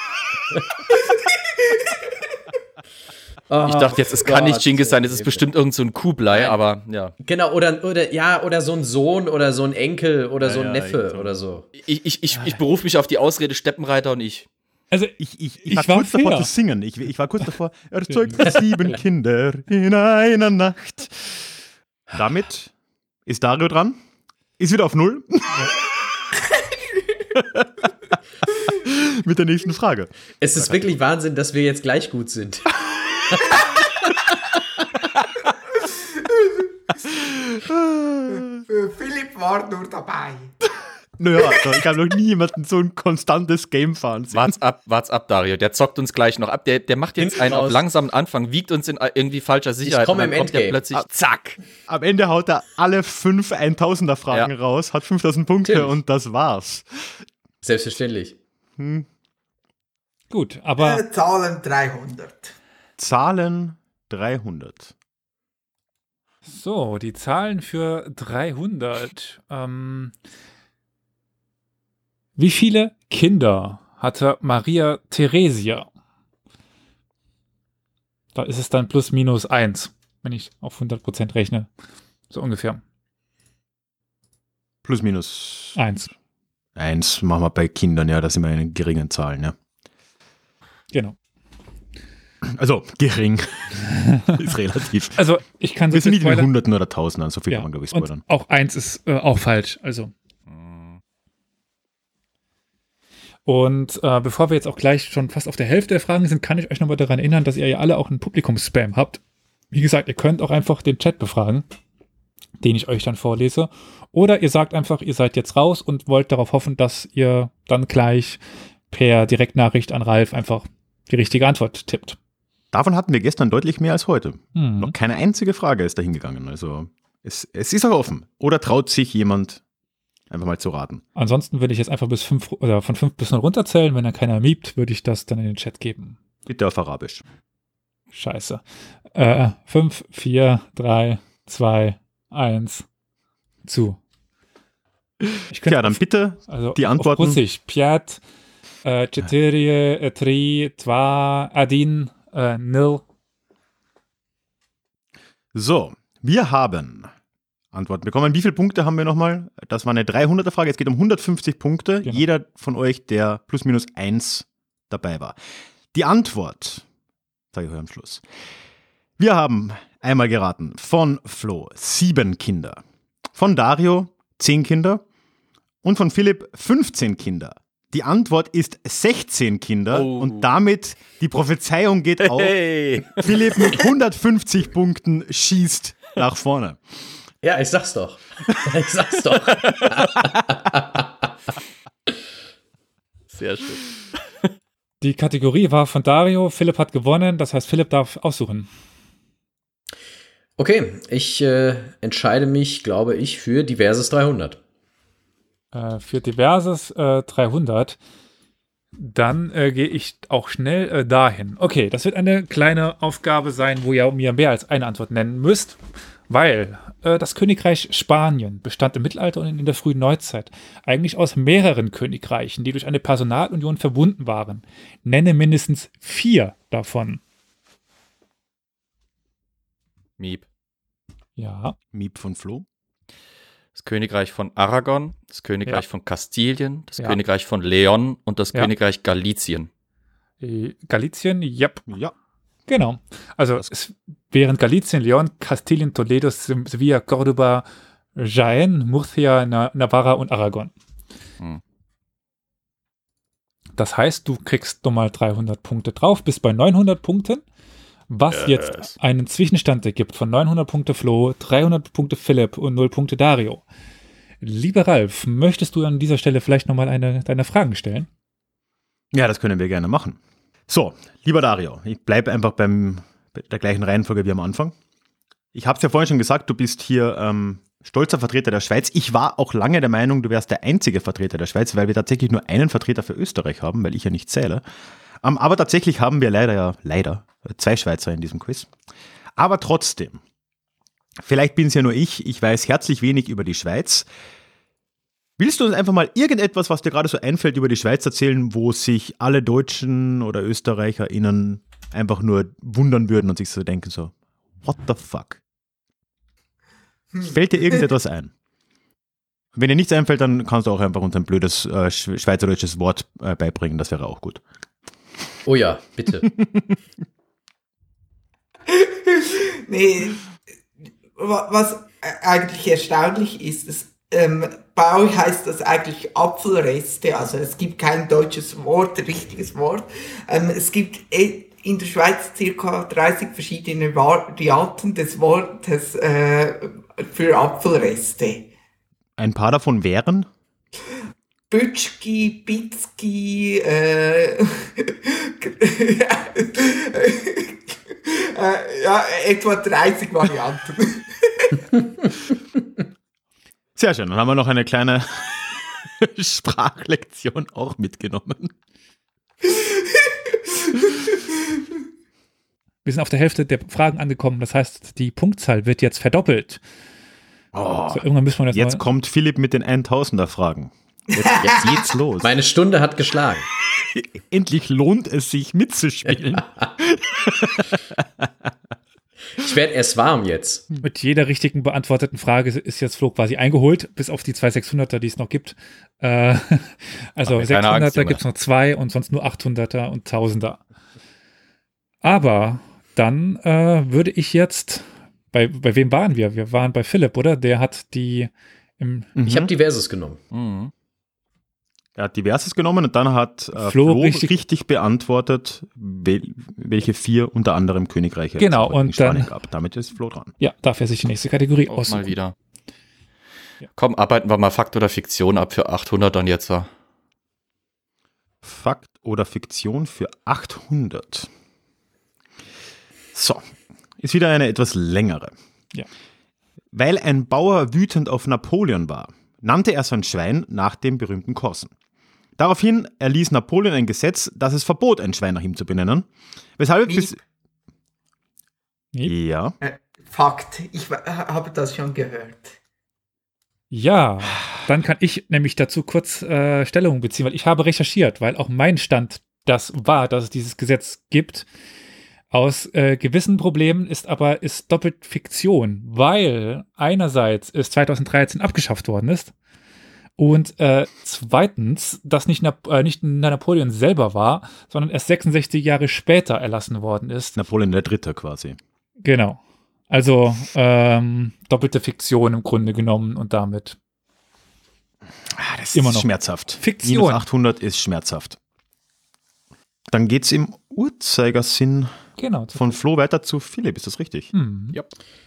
Ich dachte jetzt, es kann nicht Genghis sein, es ist bestimmt irgend so ein Kublai, Nein. aber ja. Genau, oder so ein Sohn oder so ein Enkel oder so ein ja, Neffe irgend so. oder so. Ich berufe mich auf die Ausrede Steppenreiter und ich. also Ich war war kurz davor fair. zu singen. Ich war kurz davor, er zeugte 7 Kinder in einer Nacht. Damit ist Dario dran. Ist wieder auf 0. Mit der nächsten Frage. Es ist wirklich Wahnsinn, dass wir jetzt gleich gut sind. Philipp war nur dabei. Naja, ich habe noch nie jemanden so ein konstantes Game fahren sehen. Wart's ab, Dario. Der zockt uns gleich noch ab. Der macht jetzt Hinten einen auf raus. langsamen Anfang, wiegt uns in irgendwie falscher Sicherheit. komme und dann im kommt der Endgame. plötzlich, zack. Am Ende haut er alle 5 1000er-Fragen raus, hat 5000 Punkte Natürlich. und das war's. Selbstverständlich. Gut, aber Zahlen 300. Zahlen 300. so, die Zahlen für 300. Wie viele Kinder hatte Maria Theresia? Da ist es dann plus minus 1, wenn ich auf 100% rechne. So ungefähr. Plus minus 1. 1 machen wir bei Kindern, ja, da sind wir in geringen Zahlen, ja. Genau. Also, gering. Ist relativ. Also, ich kann so Wir sind viel nicht in spoilern. Hunderten oder Tausenden, so viel Ja, kann man, glaube ich, und spoilern. auch 1 ist auch falsch. Also. Und bevor wir jetzt auch gleich schon fast auf der Hälfte der Fragen sind, kann ich euch nochmal daran erinnern, dass ihr ja alle auch einen Publikumsspam habt. Wie gesagt, ihr könnt auch einfach den Chat befragen, den ich euch dann vorlese. Oder ihr sagt einfach, ihr seid jetzt raus und wollt darauf hoffen, dass ihr dann gleich per Direktnachricht an Ralf einfach die richtige Antwort tippt. Davon hatten wir gestern deutlich mehr als heute. Mhm. Noch keine einzige Frage ist dahin gegangen. Also, es ist auch offen. Oder traut sich jemand einfach mal zu raten? Ansonsten würde ich jetzt einfach bis 5 oder von 5 bis 0 runterzählen. Wenn dann keiner miebt, würde ich das dann in den Chat geben. Bitte auf Arabisch. Scheiße. 5, 4, 3, 2, 1, zu. Ich könnte Ja, dann bitte also die Antworten. Auf Russisch. Piat, 4, 3, 2, 1, 0. So, wir haben Antworten bekommen. Wie viele Punkte haben wir nochmal? Das war eine 300er-Frage. Es geht um 150 Punkte. Genau. Jeder von euch, der plus minus 1 dabei war. Die Antwort, sage ich euch am Schluss. Wir haben einmal geraten von Flo 7 Kinder, von Dario 10 Kinder und von Philipp 15 Kinder. Die Antwort ist 16 Kinder und damit die Prophezeiung geht auf. Hey. Philipp mit 150 Punkten schießt nach vorne. Ja, ich sag's doch. Ich sag's doch. Sehr schön. Die Kategorie war von Dario. Philipp hat gewonnen. Das heißt, Philipp darf aussuchen. Okay, ich entscheide mich, glaube ich, für diverses 300. Für diverses 300. Dann gehe ich auch schnell dahin. Okay, das wird eine kleine Aufgabe sein, wo ihr mir mehr als eine Antwort nennen müsst, weil das Königreich Spanien bestand im Mittelalter und in der frühen Neuzeit eigentlich aus mehreren Königreichen, die durch eine Personalunion verbunden waren. Nenne mindestens 4 davon. Miep. Ja, Miep von Flo. Das Königreich von Aragon, das Königreich von Kastilien, das Ja. Königreich von Leon und das Ja. Königreich Galizien. Galizien, yep. Ja. Genau. Also während Galizien, Leon, Kastilien, Toledo, Sevilla, Córdoba, Jaén, Murcia, Navarra und Aragon. Hm. Das heißt, du kriegst nochmal 300 Punkte drauf, bist bei 900 Punkten, was jetzt einen Zwischenstand ergibt von 900 Punkte Flo, 300 Punkte Philipp und 0 Punkte Dario. Lieber Ralf, möchtest du an dieser Stelle vielleicht nochmal eine deiner Fragen stellen? Ja, das können wir gerne machen. So, lieber Dario, ich bleibe einfach bei der gleichen Reihenfolge wie am Anfang. Ich habe es ja vorhin schon gesagt, du bist hier stolzer Vertreter der Schweiz. Ich war auch lange der Meinung, du wärst der einzige Vertreter der Schweiz, weil wir tatsächlich nur einen Vertreter für Österreich haben, weil ich ja nicht zähle. Aber tatsächlich haben wir leider 2 Schweizer in diesem Quiz. Aber trotzdem, vielleicht bin es ja nur ich weiß herzlich wenig über die Schweiz. Willst du uns einfach mal irgendetwas, was dir gerade so einfällt, über die Schweiz erzählen, wo sich alle Deutschen oder ÖsterreicherInnen einfach nur wundern würden und sich so denken so, what the fuck? Fällt dir irgendetwas ein? Wenn dir nichts einfällt, dann kannst du auch einfach uns ein blödes schweizerdeutsches Wort beibringen, das wäre auch gut. Oh ja, bitte. Nee, was eigentlich erstaunlich ist, Bei euch heißt das eigentlich Apfelreste, also es gibt kein deutsches Wort, richtiges Wort. Es gibt in der Schweiz ca. 30 verschiedene Varianten des Wortes für Apfelreste. Ein paar davon wären? Bütschki, Bitzki, ja, etwa 30 Varianten. Sehr schön, dann haben wir noch eine kleine Sprachlektion auch mitgenommen. Wir sind auf der Hälfte der Fragen angekommen, das heißt, die Punktzahl wird jetzt verdoppelt. Oh, So, irgendwann müssen wir das jetzt kommt Philipp mit den 1000er-Fragen. Jetzt geht's los. Meine Stunde hat geschlagen. Endlich lohnt es sich mitzuspielen. Ich werde erst warm jetzt. Mit jeder richtigen beantworteten Frage ist jetzt Flo quasi eingeholt, bis auf die 2 600er, die es noch gibt. Also mir keine Angst, 600er Junge. gibt es noch 2 und sonst nur 800er und 1000er. Aber dann würde ich jetzt, bei wem waren wir? Wir waren bei Philipp, oder? Der hat die Ich habe Diverses genommen. Mhm. Er hat Diverses genommen und dann hat Flo Flo richtig- richtig beantwortet, welche 4 unter anderem Königreiche Genau, es in und Spanien dann- gab. Damit ist Flo dran. Ja, darf er sich die nächste Kategorie Auch aussuchen. mal wieder. Ja. Komm, arbeiten wir mal Fakt oder Fiktion ab für 800 dann jetzt. Fakt oder Fiktion für 800. So, ist wieder eine etwas längere. Ja. Weil ein Bauer wütend auf Napoleon war, nannte er sein Schwein nach dem berühmten Korsen. Daraufhin erließ Napoleon ein Gesetz, das es verbot, ein Schwein nach ihm zu benennen. Weshalb Wie? bis... Miep. Ja. Fakt, ich habe das schon gehört. Ja, dann kann ich nämlich dazu kurz Stellung beziehen, weil ich habe recherchiert, weil auch mein Stand das war, dass es dieses Gesetz gibt. Aus gewissen Problemen ist doppelt Fiktion, weil einerseits es 2013 abgeschafft worden ist und zweitens das nicht Napoleon selber war, sondern erst 66 Jahre später erlassen worden ist. Napoleon III. Quasi. Genau. Also doppelte Fiktion im Grunde genommen und damit Das Immer ist noch. schmerzhaft. Fiktion. Minus 800 ist schmerzhaft. Dann geht es im Uhrzeigersinn genau. von Flo weiter zu Philipp. Ist das richtig? Ja.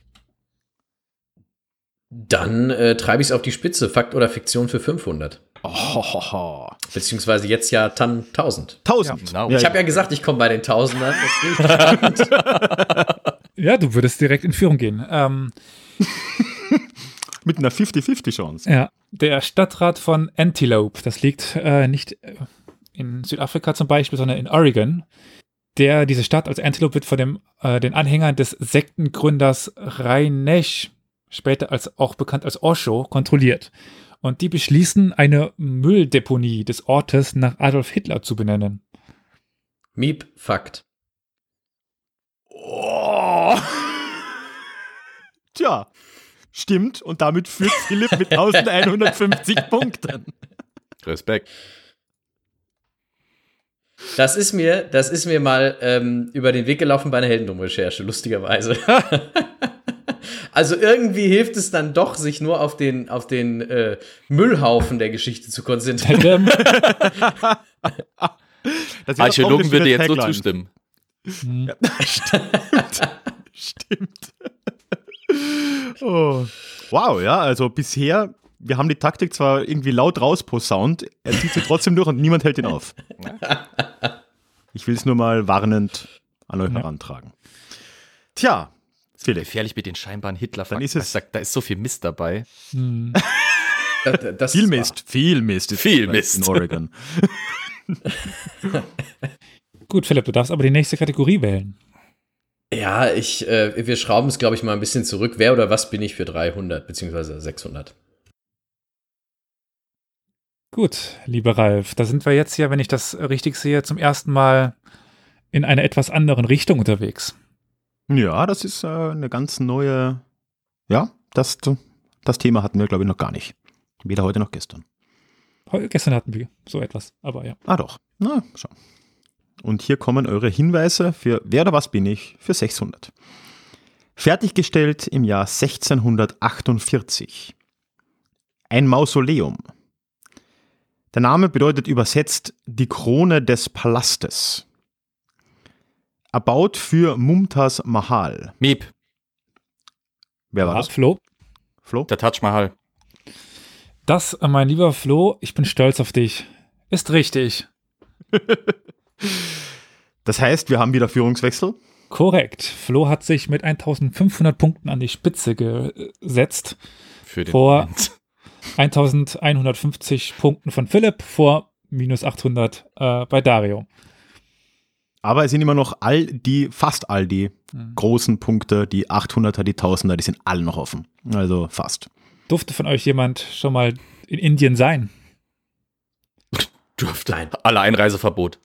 Dann treibe ich es auf die Spitze. Fakt oder Fiktion für 500. Oh, Beziehungsweise jetzt ja dann 1000. 1000. genau. Ich habe ja gesagt, ich komme bei den 1000ern. Jetzt bin ich gespannt. Ja, du würdest direkt in Führung gehen. Mit einer 50-50 Chance. Ja, der Stadtrat von Antelope, das liegt nicht in Südafrika zum Beispiel, sondern in Oregon. Diese Stadt, also Antelope, wird von den Anhängern des Sektengründers Rainesh, später auch bekannt als Osho, kontrolliert. Und die beschließen, eine Mülldeponie des Ortes nach Adolf Hitler zu benennen. Miep, Fakt. Oh. Tja, stimmt. Und damit führt Philipp mit 1150 Punkten. Respekt. Das ist mir mal über den Weg gelaufen bei einer Heldendum-Recherche, lustigerweise. Also irgendwie hilft es dann doch, sich nur auf den Müllhaufen der Geschichte zu konzentrieren. Das Archäologen würde jetzt so Tagline. zustimmen. Stimmt. Oh. Wow, ja, also bisher, wir haben die Taktik zwar irgendwie laut rausposaunt, er zieht sie trotzdem durch und niemand hält ihn auf. Ich will es nur mal warnend an euch herantragen. Tja, Philipp. Gefährlich mit den scheinbaren hitler Dann ist es- Da ist so viel Mist dabei. Das Viel ist Mist, viel Mist. ist Viel dabei Mist. In Oregon. Gut, Philipp, du darfst aber die nächste Kategorie wählen. Ja, wir schrauben es, glaube ich, mal ein bisschen zurück. Wer oder was bin ich für 300 beziehungsweise 600? Gut, lieber Ralf, da sind wir jetzt ja, wenn ich das richtig sehe, zum ersten Mal in einer etwas anderen Richtung unterwegs. Ja, das ist eine ganz neue, ja, das Thema hatten wir, glaube ich, noch gar nicht. Weder heute noch gestern. Gestern hatten wir so etwas, aber ja. Ah doch, na, schau. Und hier kommen eure Hinweise für Wer oder was bin ich für 600. Fertiggestellt im Jahr 1648. Ein Mausoleum. Der Name bedeutet übersetzt die Krone des Palastes. Erbaut für Mumtaz Mahal. Miep, Wer war das? Flo? Flo? der Taj Mahal. Das, mein lieber Flo, ich bin stolz auf dich. Ist richtig. Das heißt, wir haben wieder Führungswechsel. Korrekt. Flo hat sich mit 1500 Punkten an die Spitze gesetzt. Für den Vor- Moment. 1150 Punkten von Philipp vor minus 800 bei Dario. Aber es sind immer noch fast all die großen Punkte, die 800er, die 1000er, die sind alle noch offen. Also fast. Durfte von euch jemand schon mal in Indien sein? Dürfte. Alle Einreiseverbot.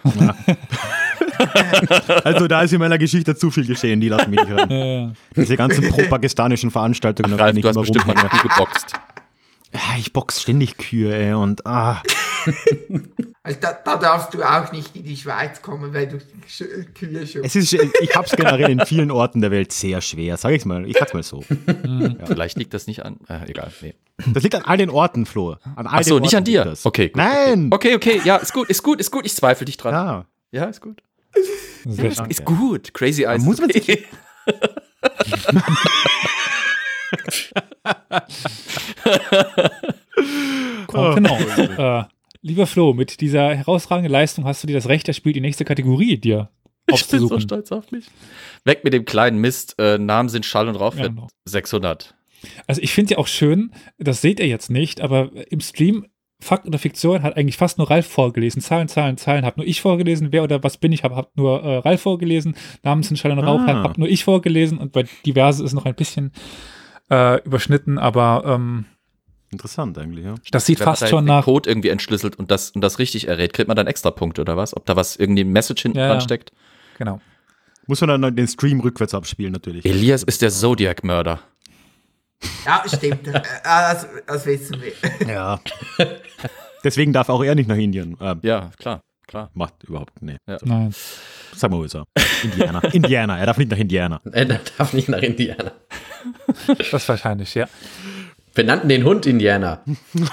Also da ist in meiner Geschichte zu viel geschehen, die lassen mich nicht ran. Diese ganzen pro-pakistanischen Veranstaltungen. da Ralf, kann ich du hast immer bestimmt mal rumhängen. Kühe geboxt. Ja, ich box ständig Kühe, ey, und Also da darfst du auch nicht in die Schweiz kommen, weil du Kühe schon... ich hab's generell in vielen Orten der Welt sehr schwer, ich sag's mal so. Vielleicht liegt das nicht an. Egal, nee. Das liegt an all den Orten, Flo. An all Ach so, den nicht Orten an dir. liegt das. Okay, gut. Nein! Okay, ja, ist gut. Ich zweifle dich dran. Ja. Ja, ist gut. Sehr schön. Ist gut. Crazy Eyes. muss man sich- Genau. Lieber Flo, mit dieser herausragenden Leistung hast du dir das Recht erspielt, die nächste Kategorie dir Ich bin so aufzusuchen. stolz auf mich. Weg mit dem kleinen Mist. Namen sind Schall und Rauch Ja, für genau. 600. Also ich finde ja auch schön, das seht ihr jetzt nicht, aber im Stream Fakt oder Fiktion hat eigentlich fast nur Ralf vorgelesen. Zahlen, hab nur ich vorgelesen. Wer oder was bin ich, hab nur Ralf vorgelesen. Namen sind Schall und Rauch, hab nur ich vorgelesen. Und bei Diverse ist noch ein bisschen überschnitten, aber Interessant eigentlich, ja. das sieht Wenn man fast da schon den nach. Code irgendwie entschlüsselt und das richtig errät, kriegt man dann extra Punkte oder was? Ob da was irgendwie ein Message hinten Ja, dran ja. steckt? Genau. Muss man dann den Stream rückwärts abspielen, natürlich. Elias ist der Zodiac-Mörder. Ja, stimmt. Das wissen wir. Ja. Deswegen darf auch er nicht nach Indien. Ja, klar. Macht überhaupt, nee. Nein. Sag mal USA. Indiana. Er darf nicht nach Indiana. Er darf nicht nach Indiana. Das ist wahrscheinlich, ja. Wir nannten den Hund Indiana.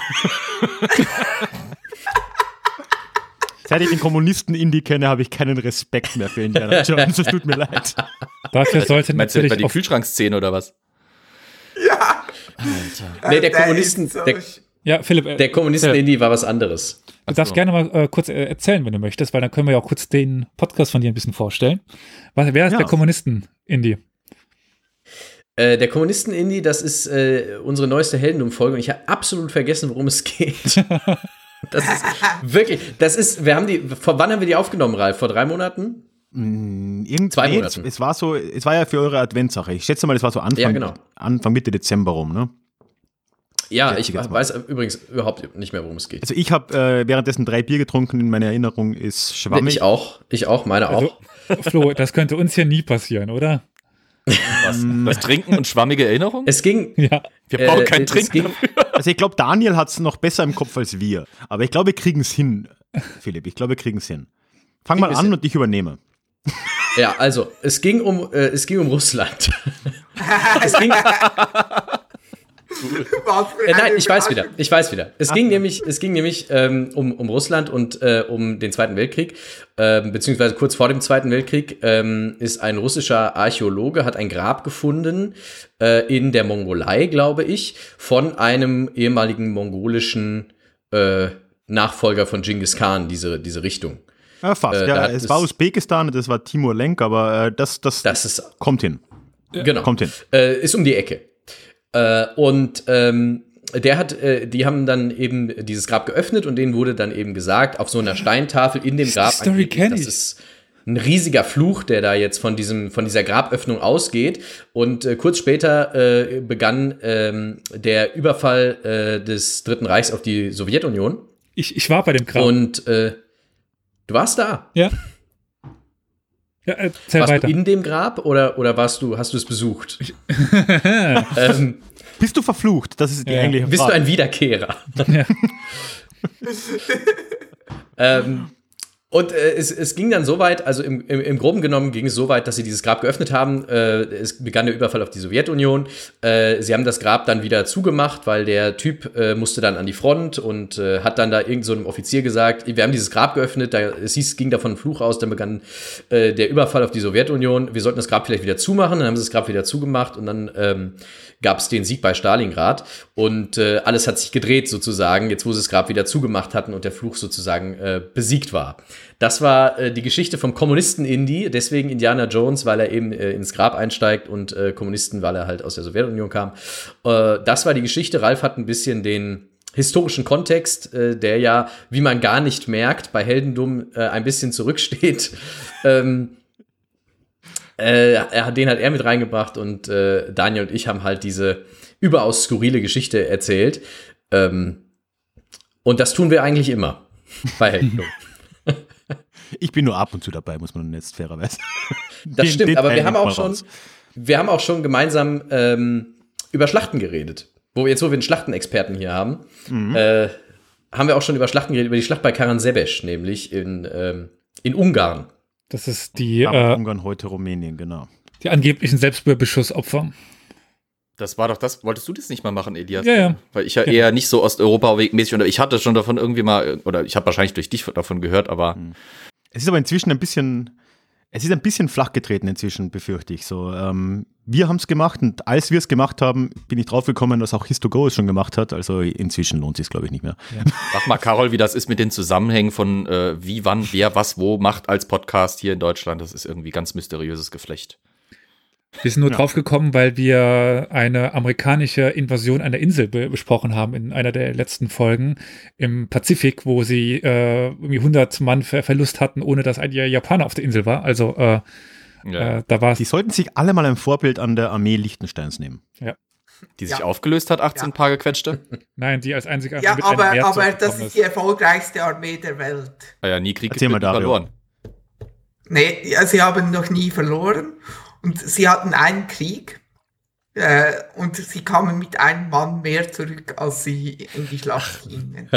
Seit ich den Kommunisten Indie kenne, habe ich keinen Respekt mehr für Indiana Jones. Es tut mir leid. Dafür sollte Meinst du etwa natürlich die auf Kühlschrankszene oder was? Ja. Nee, der Philipp, der Kommunisten-Indie war was anderes. du darfst gerne mal kurz erzählen, wenn du möchtest, weil dann können wir ja auch kurz den Podcast von dir ein bisschen vorstellen. Wer ist Ja. der Kommunisten-Indie? Der Kommunisten-Indie, das ist unsere neueste Heldenum-Folge und ich habe absolut vergessen, worum es geht. Das ist wirklich, vor wann haben wir die aufgenommen, Ralf? Vor 3 Monaten? 2 Monaten. Es war ja für eure Adventssache. Ich schätze mal, es war so Ja, genau. Anfang Mitte Dezember rum, ne? Ja, Schätze ich ich jetzt mal. weiß übrigens überhaupt nicht mehr, worum es geht. Also ich habe währenddessen 3 Bier getrunken. In meiner Erinnerung ist schwammig. Ich auch, meine auch. Also, Flo, das könnte uns hier nie passieren, oder? Was? Das Trinken und schwammige Erinnerung? Es ging, Ja. Wir brauchen kein es Trinken. ging, Also ich glaube, Daniel hat es noch besser im Kopf als wir. Aber ich glaube, wir kriegen es hin, Philipp. Ich glaube, wir kriegen es hin. Fang mal Kriegen wir's an hin. und ich übernehme. ja, also, es ging um Russland. Es ging, Was für nein, eine ich weiß Überraschung. wieder. Es ging nämlich um Russland und um den Zweiten Weltkrieg, beziehungsweise kurz vor dem Zweiten Weltkrieg ist ein russischer Archäologe, hat ein Grab gefunden in der Mongolei, glaube ich, von einem ehemaligen mongolischen Nachfolger von Genghis Khan, diese Richtung. Ja, fast. da Ja, hat es war Usbekistan, das war Timur Lenk, aber das Das ist, kommt hin. genau, Kommt hin. ist um die Ecke. Die haben dann eben dieses Grab geöffnet und denen wurde dann eben gesagt, auf so einer Steintafel in dem Grab, Story angeblich, kenn das ich. ist ein riesiger Fluch, der da jetzt von dieser Graböffnung ausgeht. Und kurz später begann der Überfall des Dritten Reichs auf die Sowjetunion. Ich war bei dem Grab. Und du warst da. Ja. Ja, erzähl Warst weiter. du in dem Grab oder hast du es besucht? Bist du verflucht? Das ist die Ja. eigentliche Bist du Frage. ein Wiederkehrer? Und es ging dann so weit, also im Groben genommen ging es so weit, dass sie dieses Grab geöffnet haben. Es begann der Überfall auf die Sowjetunion. Sie haben das Grab dann wieder zugemacht, weil der Typ musste dann an die Front und hat dann da irgend so einem Offizier gesagt, wir haben dieses Grab geöffnet, es ging davon ein Fluch aus, dann begann der Überfall auf die Sowjetunion. Wir sollten das Grab vielleicht wieder zumachen. Dann haben sie das Grab wieder zugemacht und dann gab es den Sieg bei Stalingrad und alles hat sich gedreht sozusagen, jetzt wo sie das Grab wieder zugemacht hatten und der Fluch sozusagen besiegt war. Das war die Geschichte vom Kommunisten Indy, deswegen Indiana Jones, weil er eben ins Grab einsteigt und Kommunisten, weil er halt aus der Sowjetunion kam. Das war die Geschichte. Ralf hat ein bisschen den historischen Kontext, der ja, wie man gar nicht merkt, bei Heldendum ein bisschen zurücksteht. Den hat er mit reingebracht und Daniel und ich haben halt diese überaus skurrile Geschichte erzählt. Und das tun wir eigentlich immer bei Heldendum. Ich bin nur ab und zu dabei, muss man jetzt fairerweise. Das stimmt, aber wir haben auch schon gemeinsam über Schlachten geredet. Wo wir einen Schlachtenexperten hier haben, haben wir auch schon über Schlachten geredet, über die Schlacht bei Karansebes, nämlich in Ungarn. Das ist die Ungarn, heute Rumänien, genau. Die angeblichen Selbstbeschussopfer. Das war doch das. Wolltest du das nicht mal machen, Elias? Ja. Weil ich ja eher nicht so Osteuropa-mäßig und ich hatte schon davon irgendwie mal, oder ich habe wahrscheinlich durch dich davon gehört, aber. Es ist aber inzwischen ein bisschen flach getreten inzwischen, befürchte ich so. Wir haben es gemacht und als wir es gemacht haben, bin ich draufgekommen, dass auch Histogo es schon gemacht hat. Also inzwischen lohnt es sich, glaube ich, nicht mehr. Ja. Sag mal, Carol, wie das ist mit den Zusammenhängen von wie, wann, wer, was, wo macht als Podcast hier in Deutschland. Das ist irgendwie ganz mysteriöses Geflecht. Wir sind nur draufgekommen, weil wir eine amerikanische Invasion einer Insel besprochen haben in einer der letzten Folgen im Pazifik, wo sie irgendwie 100 Mann Verlust hatten, ohne dass ein Japaner auf der Insel war. Also da war es. Die sollten sich alle mal ein Vorbild an der Armee Liechtensteins nehmen. Ja. Die sich aufgelöst hat, 18 Paar gequetschte? Nein, die als einzige Ja, mit einem Meer aber das zurückgekommen ist die erfolgreichste Armee der Welt. Ja, nie Krieg Erzähl mal, Dario. verloren. Nee, ja, sie haben noch nie verloren und sie hatten einen Krieg und sie kamen mit einem Mann mehr zurück, als sie in die Schlacht gingen.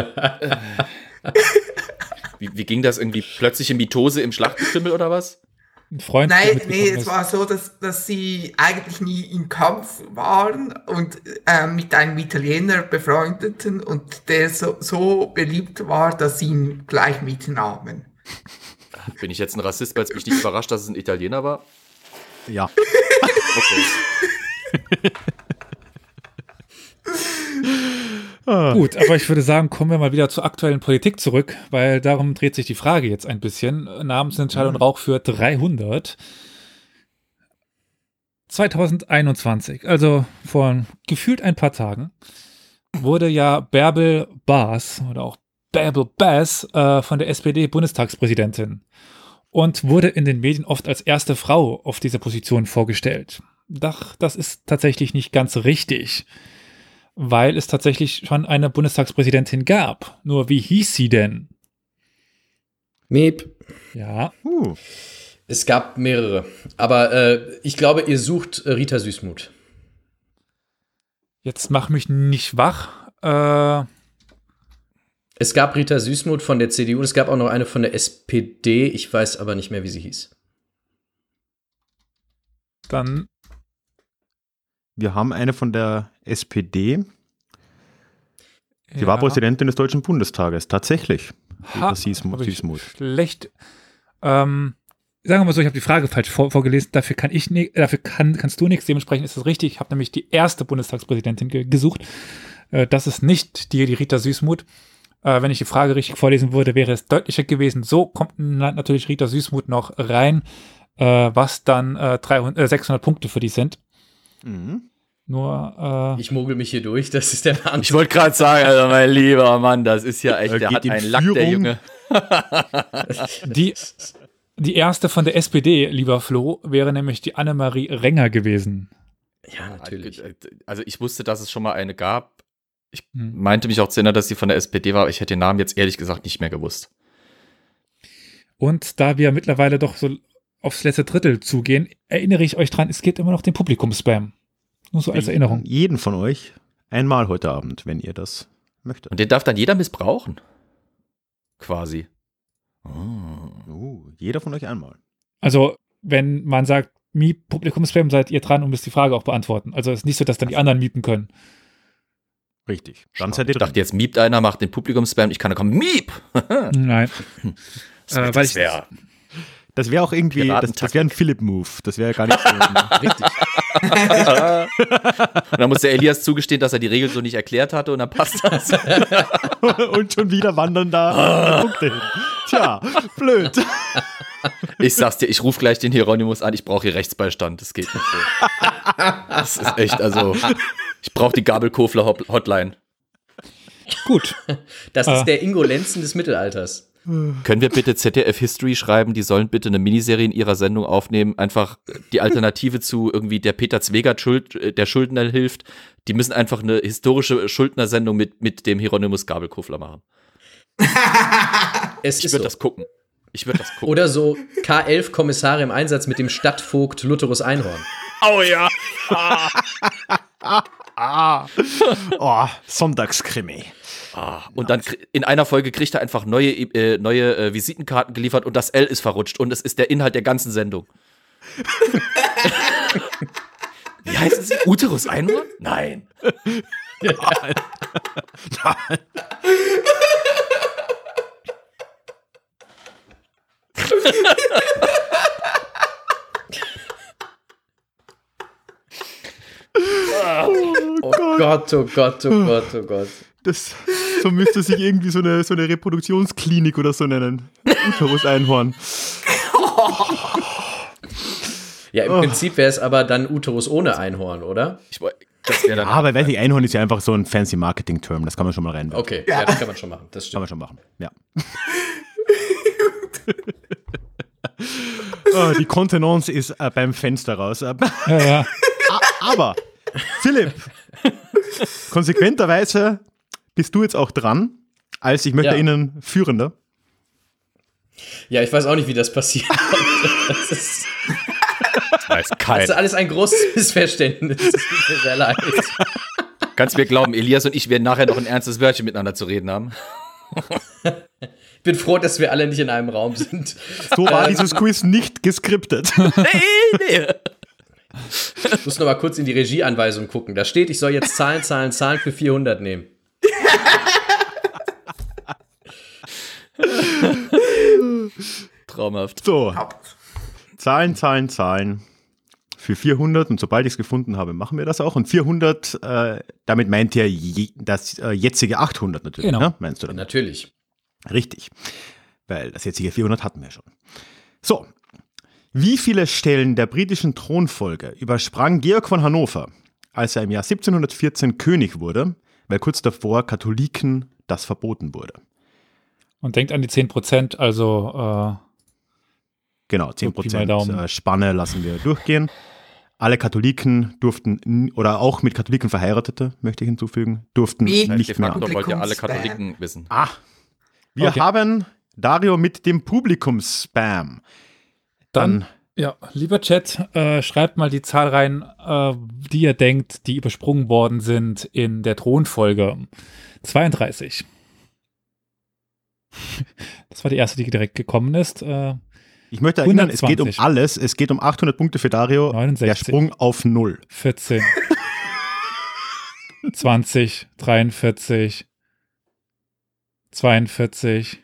Wie ging das? Irgendwie plötzliche Mitose im Schlachtgetümmel oder was? Ein Freund, Nein, es war so, dass sie eigentlich nie im Kampf waren und mit einem Italiener befreundeten und der so beliebt war, dass sie ihn gleich mitnahmen. Bin ich jetzt ein Rassist, weil es mich nicht überrascht, dass es ein Italiener war? Ja. Okay. Gut, aber ich würde sagen, kommen wir mal wieder zur aktuellen Politik zurück, weil darum dreht sich die Frage jetzt ein bisschen. Namensnennung Schall und Rauch für 300. 2021, also vor gefühlt ein paar Tagen, wurde ja Bärbel Baas oder auch Bärbel Baas von der SPD Bundestagspräsidentin und wurde in den Medien oft als erste Frau auf dieser Position vorgestellt. Doch das ist tatsächlich nicht ganz richtig, weil es tatsächlich schon eine Bundestagspräsidentin gab. Nur wie hieß sie denn? Miep. Ja. Es gab mehrere, aber ich glaube, ihr sucht Rita Süssmuth. Jetzt mach mich nicht wach. Es gab Rita Süssmuth von der CDU und es gab auch noch eine von der SPD. Ich weiß aber nicht mehr, wie sie hieß. Dann. Wir haben eine von der SPD. Sie war Präsidentin des Deutschen Bundestages, tatsächlich. Rita Süssmuth. Schlecht. Sagen wir mal so, ich habe die Frage falsch vorgelesen. Dafür kannst du nichts. Dementsprechend ist es richtig. Ich habe nämlich die erste Bundestagspräsidentin gesucht. Das ist nicht die Rita Süssmuth. Wenn ich die Frage richtig vorlesen würde, wäre es deutlicher gewesen. So kommt natürlich Rita Süssmuth noch rein, was dann 600 Punkte für die sind. Mhm. Nur, ich mogel mich hier durch, das ist der Wahnsinn. Ich wollte gerade sagen, also mein lieber Mann, das ist ja echt, der hat einen Lack, der Junge. Die erste von der SPD, lieber Flo, wäre nämlich die Annemarie Renger gewesen. Ja, natürlich. Also ich wusste, dass es schon mal eine gab. Ich meinte mich auch zu erinnern, dass sie von der SPD war, aber ich hätte den Namen jetzt ehrlich gesagt nicht mehr gewusst. Und da wir mittlerweile doch so aufs letzte Drittel zugehen, erinnere ich euch dran, es gibt immer noch den Publikum-Spam. Nur so als Erinnerung. Jeden von euch einmal heute Abend, wenn ihr das möchtet. Und den darf dann jeder missbrauchen. Quasi. Jeder von euch einmal. Also, wenn man sagt, Miep, Publikumsspam, seid ihr dran und müsst die Frage auch beantworten. Also, es ist nicht so, dass dann die anderen miepen können. Richtig. Dann seid Ich ihr dran. dachte, jetzt miept einer, macht den Publikumsspam, ich kann da kommen, miep! Nein. Das wäre Das wäre auch irgendwie, das wäre ein Philipp-Move. Das wäre gar nicht so. Richtig. Und dann muss der Elias zugestehen, dass er die Regel so nicht erklärt hatte und dann passt das. Und schon wieder wandern da Punkte hin. Tja, blöd. Ich sag's dir, ich rufe gleich den Hieronymus an, ich brauche hier Rechtsbeistand, das geht nicht so. Das ist echt, also, ich brauche die Gabelkofler-Hotline. Gut. Das ist der Ingo Lenzen des Mittelalters. Können wir bitte ZDF History schreiben, die sollen bitte eine Miniserie in ihrer Sendung aufnehmen, einfach die Alternative zu irgendwie der Peter Zwegert der Schuldner hilft, die müssen einfach eine historische Schuldner-Sendung mit dem Hieronymus Gabelkofler machen. Es Ich ist würde so. das gucken. Oder so K11-Kommissare im Einsatz mit dem Stadtvogt Lutherus Einhorn. Oh ja. Oh, Sonntagskrimi. Und dann in einer Folge kriegt er einfach neue Visitenkarten geliefert und das L ist verrutscht und es ist der Inhalt der ganzen Sendung. Wie heißen sie? Uterus Einhorn? Nein. Oh Gott, oh Gott, oh Gott, oh Gott. So müsste sich irgendwie so eine Reproduktionsklinik oder so nennen. Uterus-Einhorn. Ja, im Prinzip wäre es aber dann Uterus ohne Einhorn, oder? Das wäre dann Ja, aber weiß ich, Einhorn ist ja einfach so ein fancy Marketing-Term. Das kann man schon mal reinwerfen. Okay, ja, das kann man schon machen. Das Kann stimmt. man schon machen, ja. Die Kontenance ist beim Fenster raus. Ja. Aber, Philipp, konsequenterweise bist du jetzt auch dran, als, ich möchte Ja. erinnern, Führender. Ja, ich weiß auch nicht, wie das passiert. Das ist weiß das keiner. ist alles ein großes Missverständnis. Das tut mir sehr leid. Kannst mir glauben, Elias und ich werden nachher noch ein ernstes Wörtchen miteinander zu reden haben. Ich bin froh, dass wir alle nicht in einem Raum sind. So war dieses Quiz nicht geskriptet. Nee. Ich muss noch mal kurz in die Regieanweisung gucken. Da steht, ich soll jetzt Zahlen für 400 nehmen. Traumhaft. So, Zahlen. Für 400, und sobald ich es gefunden habe, machen wir das auch. Und 400, damit meint ihr das jetzige 800 natürlich, Genau. ne? Meinst du dann? Natürlich. Richtig, weil das jetzige 400 hatten wir schon. So, wie viele Stellen der britischen Thronfolge übersprang Georg von Hannover, als er im Jahr 1714 König wurde, weil kurz davor Katholiken das verboten wurde? Und denkt an die 10%, also Genau, So, Pi mal Daumen. 10% Spanne lassen wir durchgehen. Alle Katholiken durften, oder auch mit Katholiken Verheiratete, möchte ich hinzufügen, durften Wie? Die nicht mehr. Faktor wollt ihr alle Publikumsspam. Katholiken wissen. Wir Okay. haben Dario mit dem Publikumsspam. dann, ja, lieber Chat, schreibt mal die Zahl rein, die ihr denkt, die übersprungen worden sind in der Thronfolge. 32. Das war die erste, die direkt gekommen ist. Ich möchte erinnern, es geht um 120. alles. Es geht um 800 Punkte für Dario. 69. Der Sprung auf 0. 14. 20, 43, 42,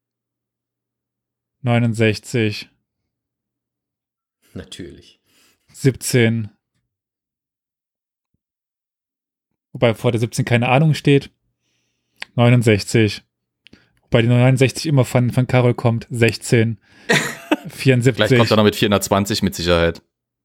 69, Natürlich. 17. Wobei vor der 17 keine Ahnung steht. 69. Wobei die 69 immer von Carol kommt. 16. 74. Vielleicht kommt er noch mit 420 mit Sicherheit.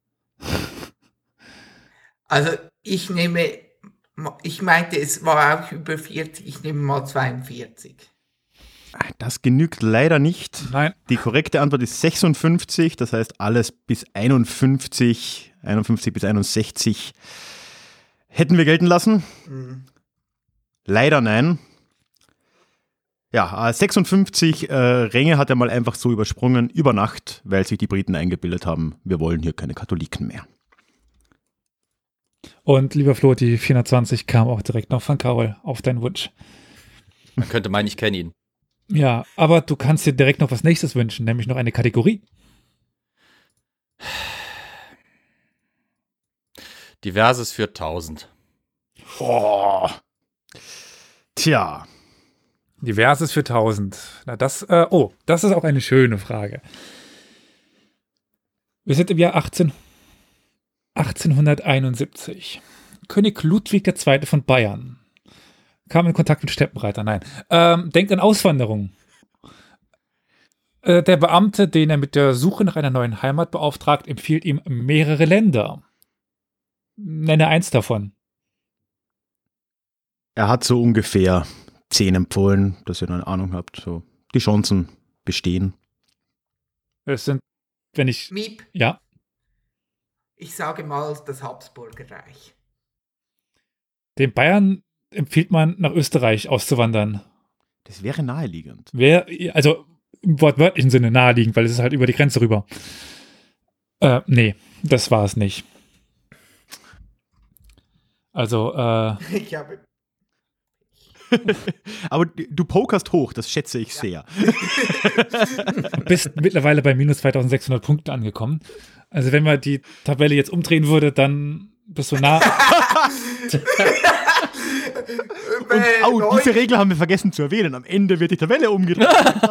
Also ich meinte, es war auch über 40, ich nehme mal 42. Das genügt leider nicht. Nein. Die korrekte Antwort ist 56. Das heißt, alles bis 51 bis 61 hätten wir gelten lassen. Leider nein. Ja, 56 Ränge hat er mal einfach so übersprungen über Nacht, weil sich die Briten eingebildet haben, wir wollen hier keine Katholiken mehr. Und lieber Flo, die 420 kam auch direkt noch von Carol auf deinen Wunsch. Man könnte meinen, ich kenne ihn. Ja, aber du kannst dir direkt noch was Nächstes wünschen, nämlich noch eine Kategorie. Diverses für 1000. Oh. Tja. Diverses für 1000. Na, das ist auch eine schöne Frage. Wir sind im Jahr 1871. König Ludwig II. Von Bayern kam in Kontakt mit Steppenreiter. Nein. Denkt an Auswanderung. Der Beamte, den er mit der Suche nach einer neuen Heimat beauftragt, empfiehlt ihm mehrere Länder. Nenne eins davon. Er hat so ungefähr 10 empfohlen, dass ihr eine Ahnung habt. So. Die Chancen bestehen. Es sind, wenn ich. Miep, Ja. ich sage mal das Habsburger Reich. Den Bayern empfiehlt man, nach Österreich auszuwandern. Das wäre naheliegend. Also im wortwörtlichen Sinne naheliegend, weil es ist halt über die Grenze rüber. Nee, das war es nicht. Also, Ich habe Aber du pokerst hoch, das schätze ich sehr. bist mittlerweile bei minus 2600 Punkten angekommen. Also wenn man die Tabelle jetzt umdrehen würde, dann bist du nah. Und diese Regel haben wir vergessen zu erwähnen. Am Ende wird die Tabelle umgedreht.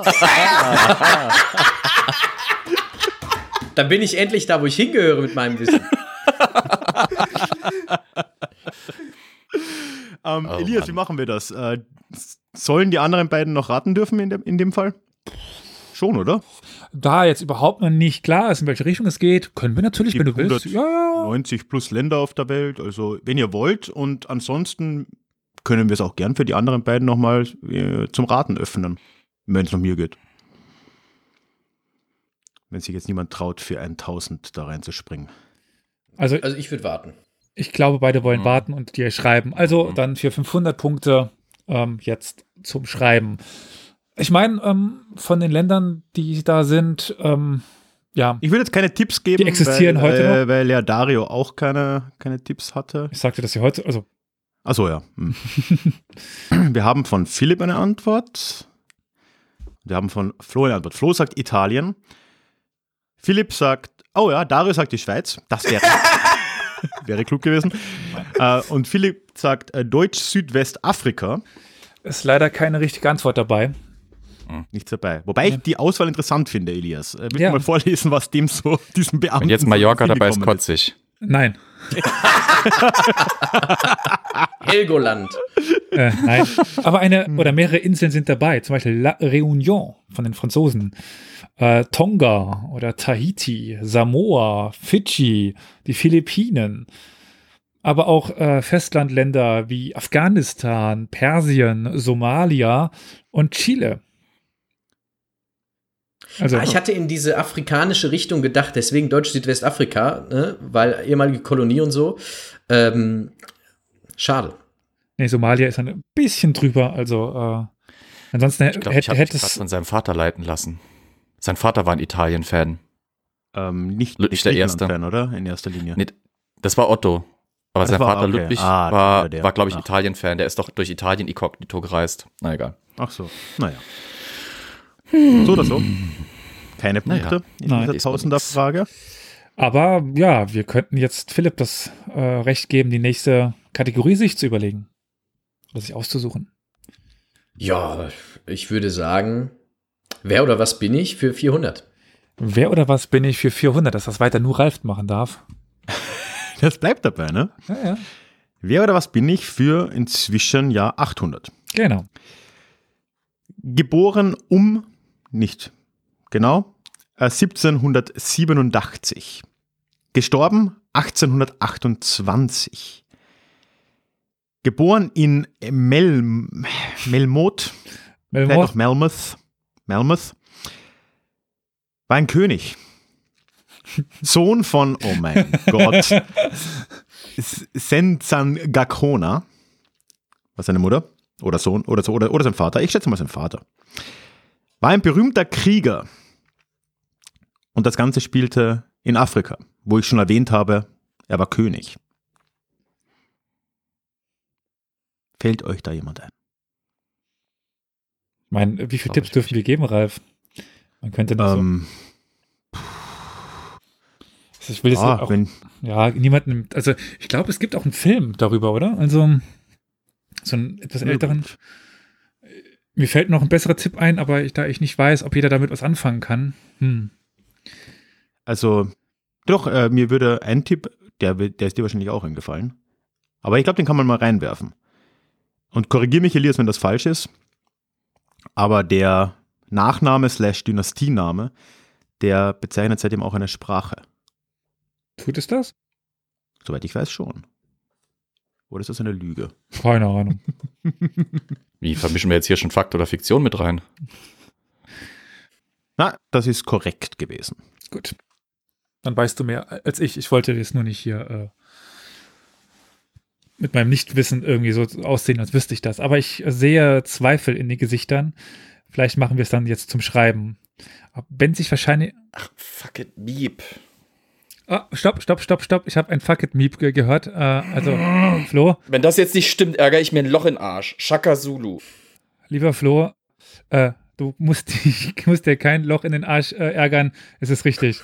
Dann bin ich endlich da, wo ich hingehöre mit meinem Wissen. Elias, wie machen wir das? Sollen die anderen beiden noch raten dürfen in dem Fall? Schon, oder? Da jetzt überhaupt noch nicht klar ist, in welche Richtung es geht, können wir natürlich, wenn du willst. Ja. 90 plus Länder auf der Welt, also wenn ihr wollt. Und ansonsten können wir es auch gern für die anderen beiden nochmal zum Raten öffnen, wenn es nach mir geht. Wenn sich jetzt niemand traut, für 1000 da reinzuspringen. Also ich würde warten. ich glaube, beide wollen warten und dir schreiben. Also dann für 500 Punkte jetzt zum Schreiben. Ich meine, von den Ländern, die da sind, ja. Ich würde jetzt keine Tipps geben, Die existieren heute noch? Weil ja Dario auch keine Tipps hatte. Ich sagte, dass sie heute, also Achso, ja. Wir haben von Philipp eine Antwort. Wir haben von Flo eine Antwort. Flo sagt Italien. Philipp sagt, oh ja, Dario sagt die Schweiz. Das wäre klug gewesen. Und Philipp sagt Deutsch-Südwestafrika. ist leider keine richtige Antwort dabei. Nichts dabei. Wobei ich die Auswahl interessant finde, Elias. Willst Ja. du mal vorlesen, was diesem Beamten Wenn jetzt Mallorca so dabei ist, gekommen kotze ich. Nein. Helgoland. Nein. Aber eine oder mehrere Inseln sind dabei. Zum Beispiel La Réunion von den Franzosen. Tonga oder Tahiti, Samoa, Fidschi, die Philippinen. Aber auch Festlandländer wie Afghanistan, Persien, Somalia und Chile. Also, Ich hatte in diese afrikanische Richtung gedacht, deswegen Deutsch-Südwestafrika, ne? Weil ehemalige Kolonie und so. Schade. nee, Somalia ist ein bisschen drüber. Also ansonsten Ich glaube, ich habe mich hätte gerade es. von seinem Vater leiten lassen. Sein Vater war ein Italien-Fan. Nicht der Erste. Fan, oder? In erster Linie. Nee, das war Otto. Aber Das sein war- Vater okay. Ludwig Ah, der. war glaube ich, Ach. Italien-Fan. Der ist doch durch Italien inkognito gereist. Na egal. Ach so, naja. So oder so. Keine Punkte Naja. in Nein, dieser ist doch Tausender-Frage. Aber ja, wir könnten jetzt Philipp das Recht geben, die nächste Kategorie sich zu überlegen. Oder sich auszusuchen. Ja, ich würde sagen, wer oder was bin ich für 400? Wer oder was bin ich für 400, dass das weiter nur Ralf machen darf? Das bleibt dabei, ne? Ja. Wer oder was bin ich für inzwischen Jahr 800? Genau. Geboren nicht genau, 1787. Gestorben 1828. Geboren in Melmoth, vielleicht auch Melmoth. War ein König. Sohn von, oh mein Gott, Senzangakona. War seine Mutter? Oder Sohn? Oder sein Vater? Ich schätze mal sein Vater. War ein berühmter Krieger. Und das Ganze spielte in Afrika, wo ich schon erwähnt habe, er war König. Fällt euch da jemand ein? Ich meine, wie viele Tipps dürfen wir geben, Ralf? Man könnte das ich will jetzt auch, niemand nimmt, also ich glaube, es gibt auch einen Film darüber, oder? Also so einen etwas älteren. Mir fällt noch ein besserer Tipp ein, aber da ich nicht weiß, ob jeder damit was anfangen kann. Also, doch, mir würde ein Tipp, der ist dir wahrscheinlich auch eingefallen. Aber ich glaube, den kann man mal reinwerfen. Und korrigiere mich, Elias, wenn das falsch ist. Aber der Nachname / Dynastiename, der bezeichnet seitdem auch eine Sprache. Tut es das? Soweit ich weiß schon. Oder ist das eine Lüge? Keine Ahnung. Wie vermischen wir jetzt hier schon Fakt oder Fiktion mit rein? Na, das ist korrekt gewesen. Gut. Dann weißt du mehr als ich. Ich wollte jetzt nur nicht hier mit meinem Nichtwissen irgendwie so aussehen, als wüsste ich das. Aber ich sehe Zweifel in den Gesichtern. Vielleicht machen wir es dann jetzt zum Schreiben. Wenn sich wahrscheinlich... Ach, fuck it, Miep. Stopp. Ich habe ein Fuck it Miep gehört. Also, Flo. Wenn das jetzt nicht stimmt, ärgere ich mir ein Loch in den Arsch. Shaka Zulu. Lieber Flo, du musst dir kein Loch in den Arsch ärgern. Es ist richtig.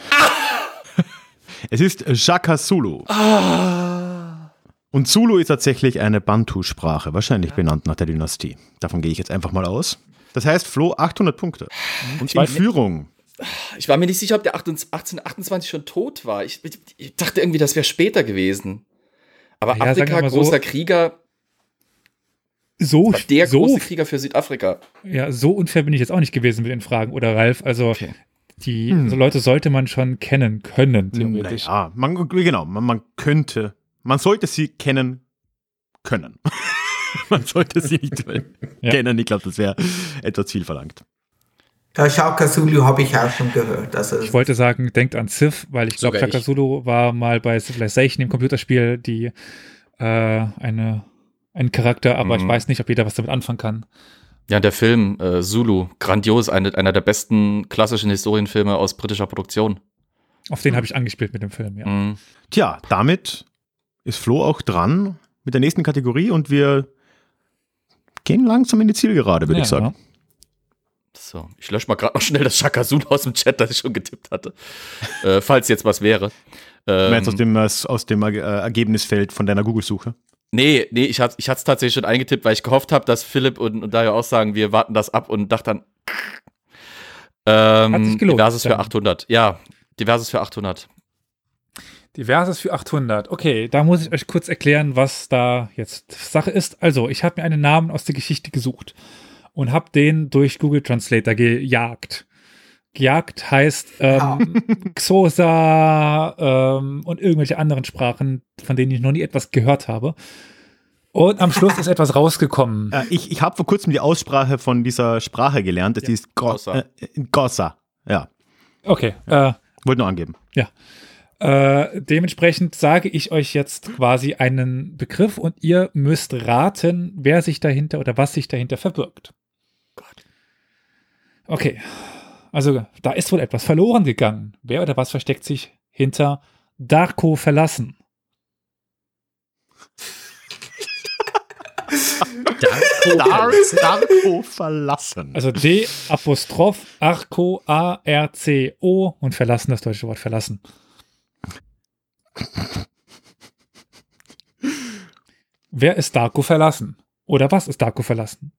Es ist Shaka Zulu. Und Zulu ist tatsächlich eine Bantu-Sprache, wahrscheinlich benannt nach der Dynastie. Davon gehe ich jetzt einfach mal aus. Das heißt, Flo, 800 Punkte. Und in Führung. Ich war mir nicht sicher, ob der 1828 schon tot war. Ich dachte irgendwie, das wäre später gewesen. Aber ja, Afrika, großer Krieger, war der große Krieger für Südafrika. Ja, so unfair bin ich jetzt auch nicht gewesen mit den Fragen, oder Ralf? Also die so Leute sollte man schon kennen können, theoretisch. Ja, man könnte, man sollte sie kennen können. Man sollte sie nicht kennen. Ich glaube, das wäre etwas viel verlangt. Shaka Zulu habe ich auch schon gehört. Also ich wollte sagen, denkt an Civ, weil ich glaube, Shaka Zulu war mal bei Civilization im Computerspiel ein Charakter, aber ich weiß nicht, ob jeder was damit anfangen kann. Ja, der Film Zulu, grandios, einer der besten klassischen Historienfilme aus britischer Produktion. Auf den habe ich angespielt mit dem Film, ja. Mhm. Tja, damit ist Flo auch dran mit der nächsten Kategorie und wir gehen langsam in die Zielgerade, würde ich sagen. Ja. So, ich lösche mal gerade noch schnell das Shaka Zulu aus dem Chat, das ich schon getippt hatte. Falls jetzt was wäre. Meinst aus dem Ergebnisfeld von deiner Google-Suche? Nee, ich hatte es tatsächlich schon eingetippt, weil ich gehofft habe, dass Philipp und Dario auch sagen, wir warten das ab und dachte dann, hat sich gelohnt. Diverses für 800. Ja, Diverses für 800. Diverses für 800. Okay, da muss ich euch kurz erklären, was da jetzt Sache ist. Also, ich habe mir einen Namen aus der Geschichte gesucht und habe den durch Google Translator gejagt. Gejagt heißt Xhosa und irgendwelche anderen Sprachen, von denen ich noch nie etwas gehört habe. Und am Schluss ist etwas rausgekommen. Ich habe vor kurzem die Aussprache von dieser Sprache gelernt. Das ist Xhosa. Ja. Okay. Wollte nur angeben. Ja. Dementsprechend sage ich euch jetzt quasi einen Begriff und ihr müsst raten, wer sich dahinter oder was sich dahinter verbirgt. Okay. Also, da ist wohl etwas verloren gegangen. Wer oder was versteckt sich hinter Darko verlassen? Darko verlassen. Also D''Arco ARCO und verlassen, das deutsche Wort verlassen. Wer ist Darko verlassen? Oder was ist Darko verlassen?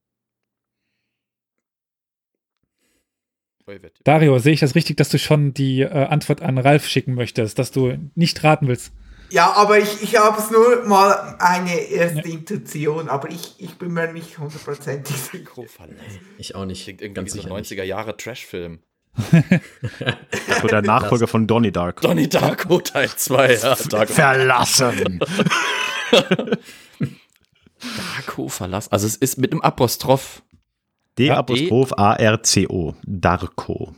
Dario, sehe ich das richtig, dass du schon die Antwort an Ralf schicken möchtest, dass du nicht raten willst? Ja, aber ich habe es nur mal eine erste Intuition, aber ich bin mir nicht hundertprozentig sicher. Ich auch nicht. Klingt irgendwie so 90er Jahre Trashfilm. So der Nachfolger von Donnie Darko. Donnie Darko Teil 2. Ja, Verlassen. Darko verlassen. Also es ist mit einem Apostroph. D''Arco. Darko.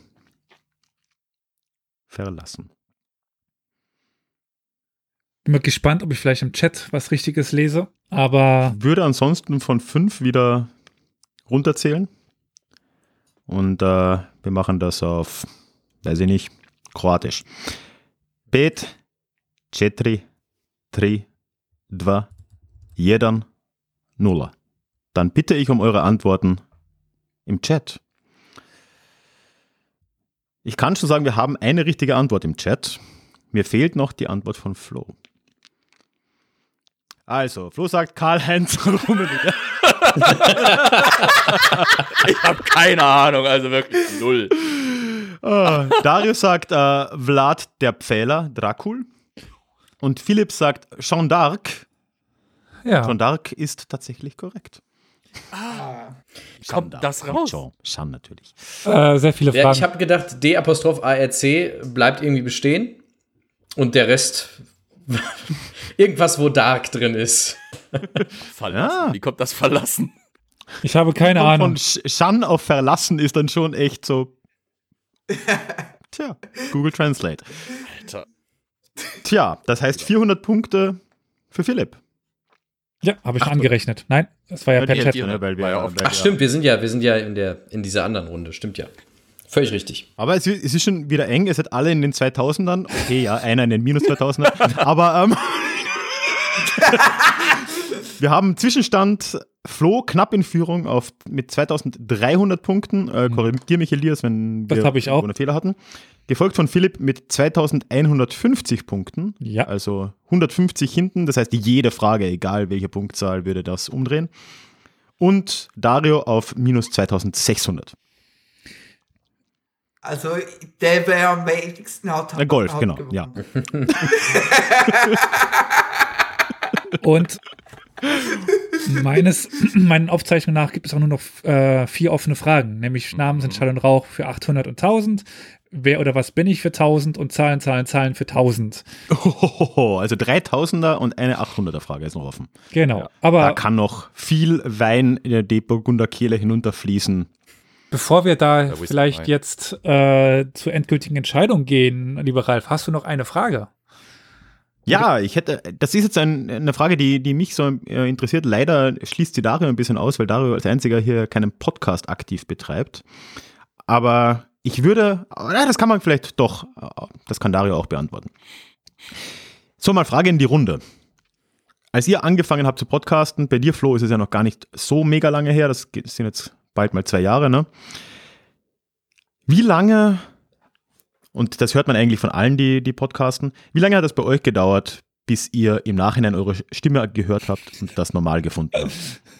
Verlassen. Bin mal gespannt, ob ich vielleicht im Chat was Richtiges lese, aber... Würde ansonsten von 5 wieder runterzählen. Und wir machen das auf, weiß ich nicht, Kroatisch. 5, 4, 3, 2, 1, 0. Dann bitte ich um eure Antworten im Chat. Ich kann schon sagen, wir haben eine richtige Antwort im Chat. Mir fehlt noch die Antwort von Flo. Also, Flo sagt Karl-Heinz Rummenigge. Ich habe keine Ahnung, also wirklich null. Dario sagt Vlad der Pfähler, Dracul. Und Philipp sagt Jeanne d'Arc. Ja. Jeanne d'Arc ist tatsächlich korrekt. Kommt das raus? Jeanne natürlich. Sehr viele Ja, Fragen. ich habe gedacht, D''ARC bleibt irgendwie bestehen. Und der Rest, irgendwas, wo Dark drin ist. Verlassen. Ja. Wie kommt das Verlassen? Ich habe keine Ahnung. Von Jeanne auf verlassen ist dann schon echt so. Tja, Google Translate. Alter. Tja, das heißt 400 Punkte für Philipp. Ja, habe ich angerechnet. Nein, das war ja per die Chat. hätten wir, weil wir, War ja oft. weil Ach stimmt, wir sind ja in dieser anderen Runde. Stimmt ja. Völlig richtig. Aber es ist schon wieder eng. Ihr seid alle in den 2000ern. Okay, ja, einer in den minus 2000ern. Aber wir haben Zwischenstand Flo knapp in Führung mit 2300 Punkten. Korrigiere mich, Elias, wenn Das wir habe ich auch. einen Fehler hatten. Gefolgt von Philipp mit 2150 Punkten. Ja. Also 150 hinten. Das heißt, jede Frage, egal welche Punktzahl, würde das umdrehen. Und Dario auf minus 2600. Also der, wer am wenigsten hat, Der Golf, hat genau, gewonnen. ja. Und meinen Aufzeichnungen nach gibt es auch nur noch 4 offene Fragen, nämlich Namen sind Schall und Rauch für 800 und 1000, wer oder was bin ich für 1000 und Zahlen für 1000. Also 3000er und eine 800er Frage ist noch offen. Genau, Da aber kann noch viel Wein in die Burgunder Kehle hinunterfließen. bevor wir da Whisky vielleicht Wein. jetzt zur endgültigen Entscheidung gehen, lieber Ralf, hast du noch eine Frage? Ja, das ist jetzt eine Frage, die mich so interessiert. Leider schließt sie Dario ein bisschen aus, weil Dario als einziger hier keinen Podcast aktiv betreibt. Aber das kann man vielleicht doch, das kann Dario auch beantworten. So, mal Frage in die Runde. Als ihr angefangen habt zu podcasten, bei dir, Flo, ist es ja noch gar nicht so mega lange her, das sind jetzt bald mal 2 Jahre, ne? Wie lange, und das hört man eigentlich von allen, die podcasten, wie lange hat das bei euch gedauert, bis ihr im Nachhinein eure Stimme gehört habt und das normal gefunden habt?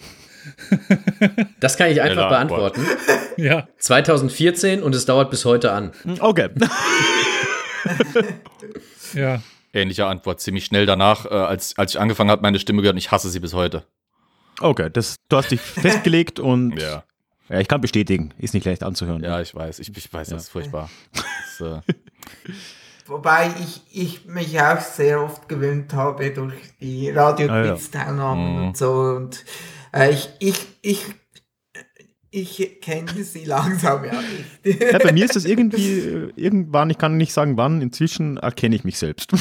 Das kann ich einfach Schnelle Antwort. beantworten. Ja. 2014 und es dauert bis heute an. Okay. Ja. Ähnliche Antwort. Ziemlich schnell danach, als ich angefangen habe, meine Stimme gehört und ich hasse sie bis heute. Okay, du hast dich festgelegt und Ja. ja, ich kann bestätigen, ist nicht leicht anzuhören. Ja, ich weiß. Ich weiß, das ist furchtbar. Das, Wobei ich mich auch sehr oft gewöhnt habe durch die Radio-Quiz-Teilnahmen und so. Und ich kenne sie langsam ja nicht. Ja, bei mir ist das irgendwann, ich kann nicht sagen wann, inzwischen erkenne ich mich selbst.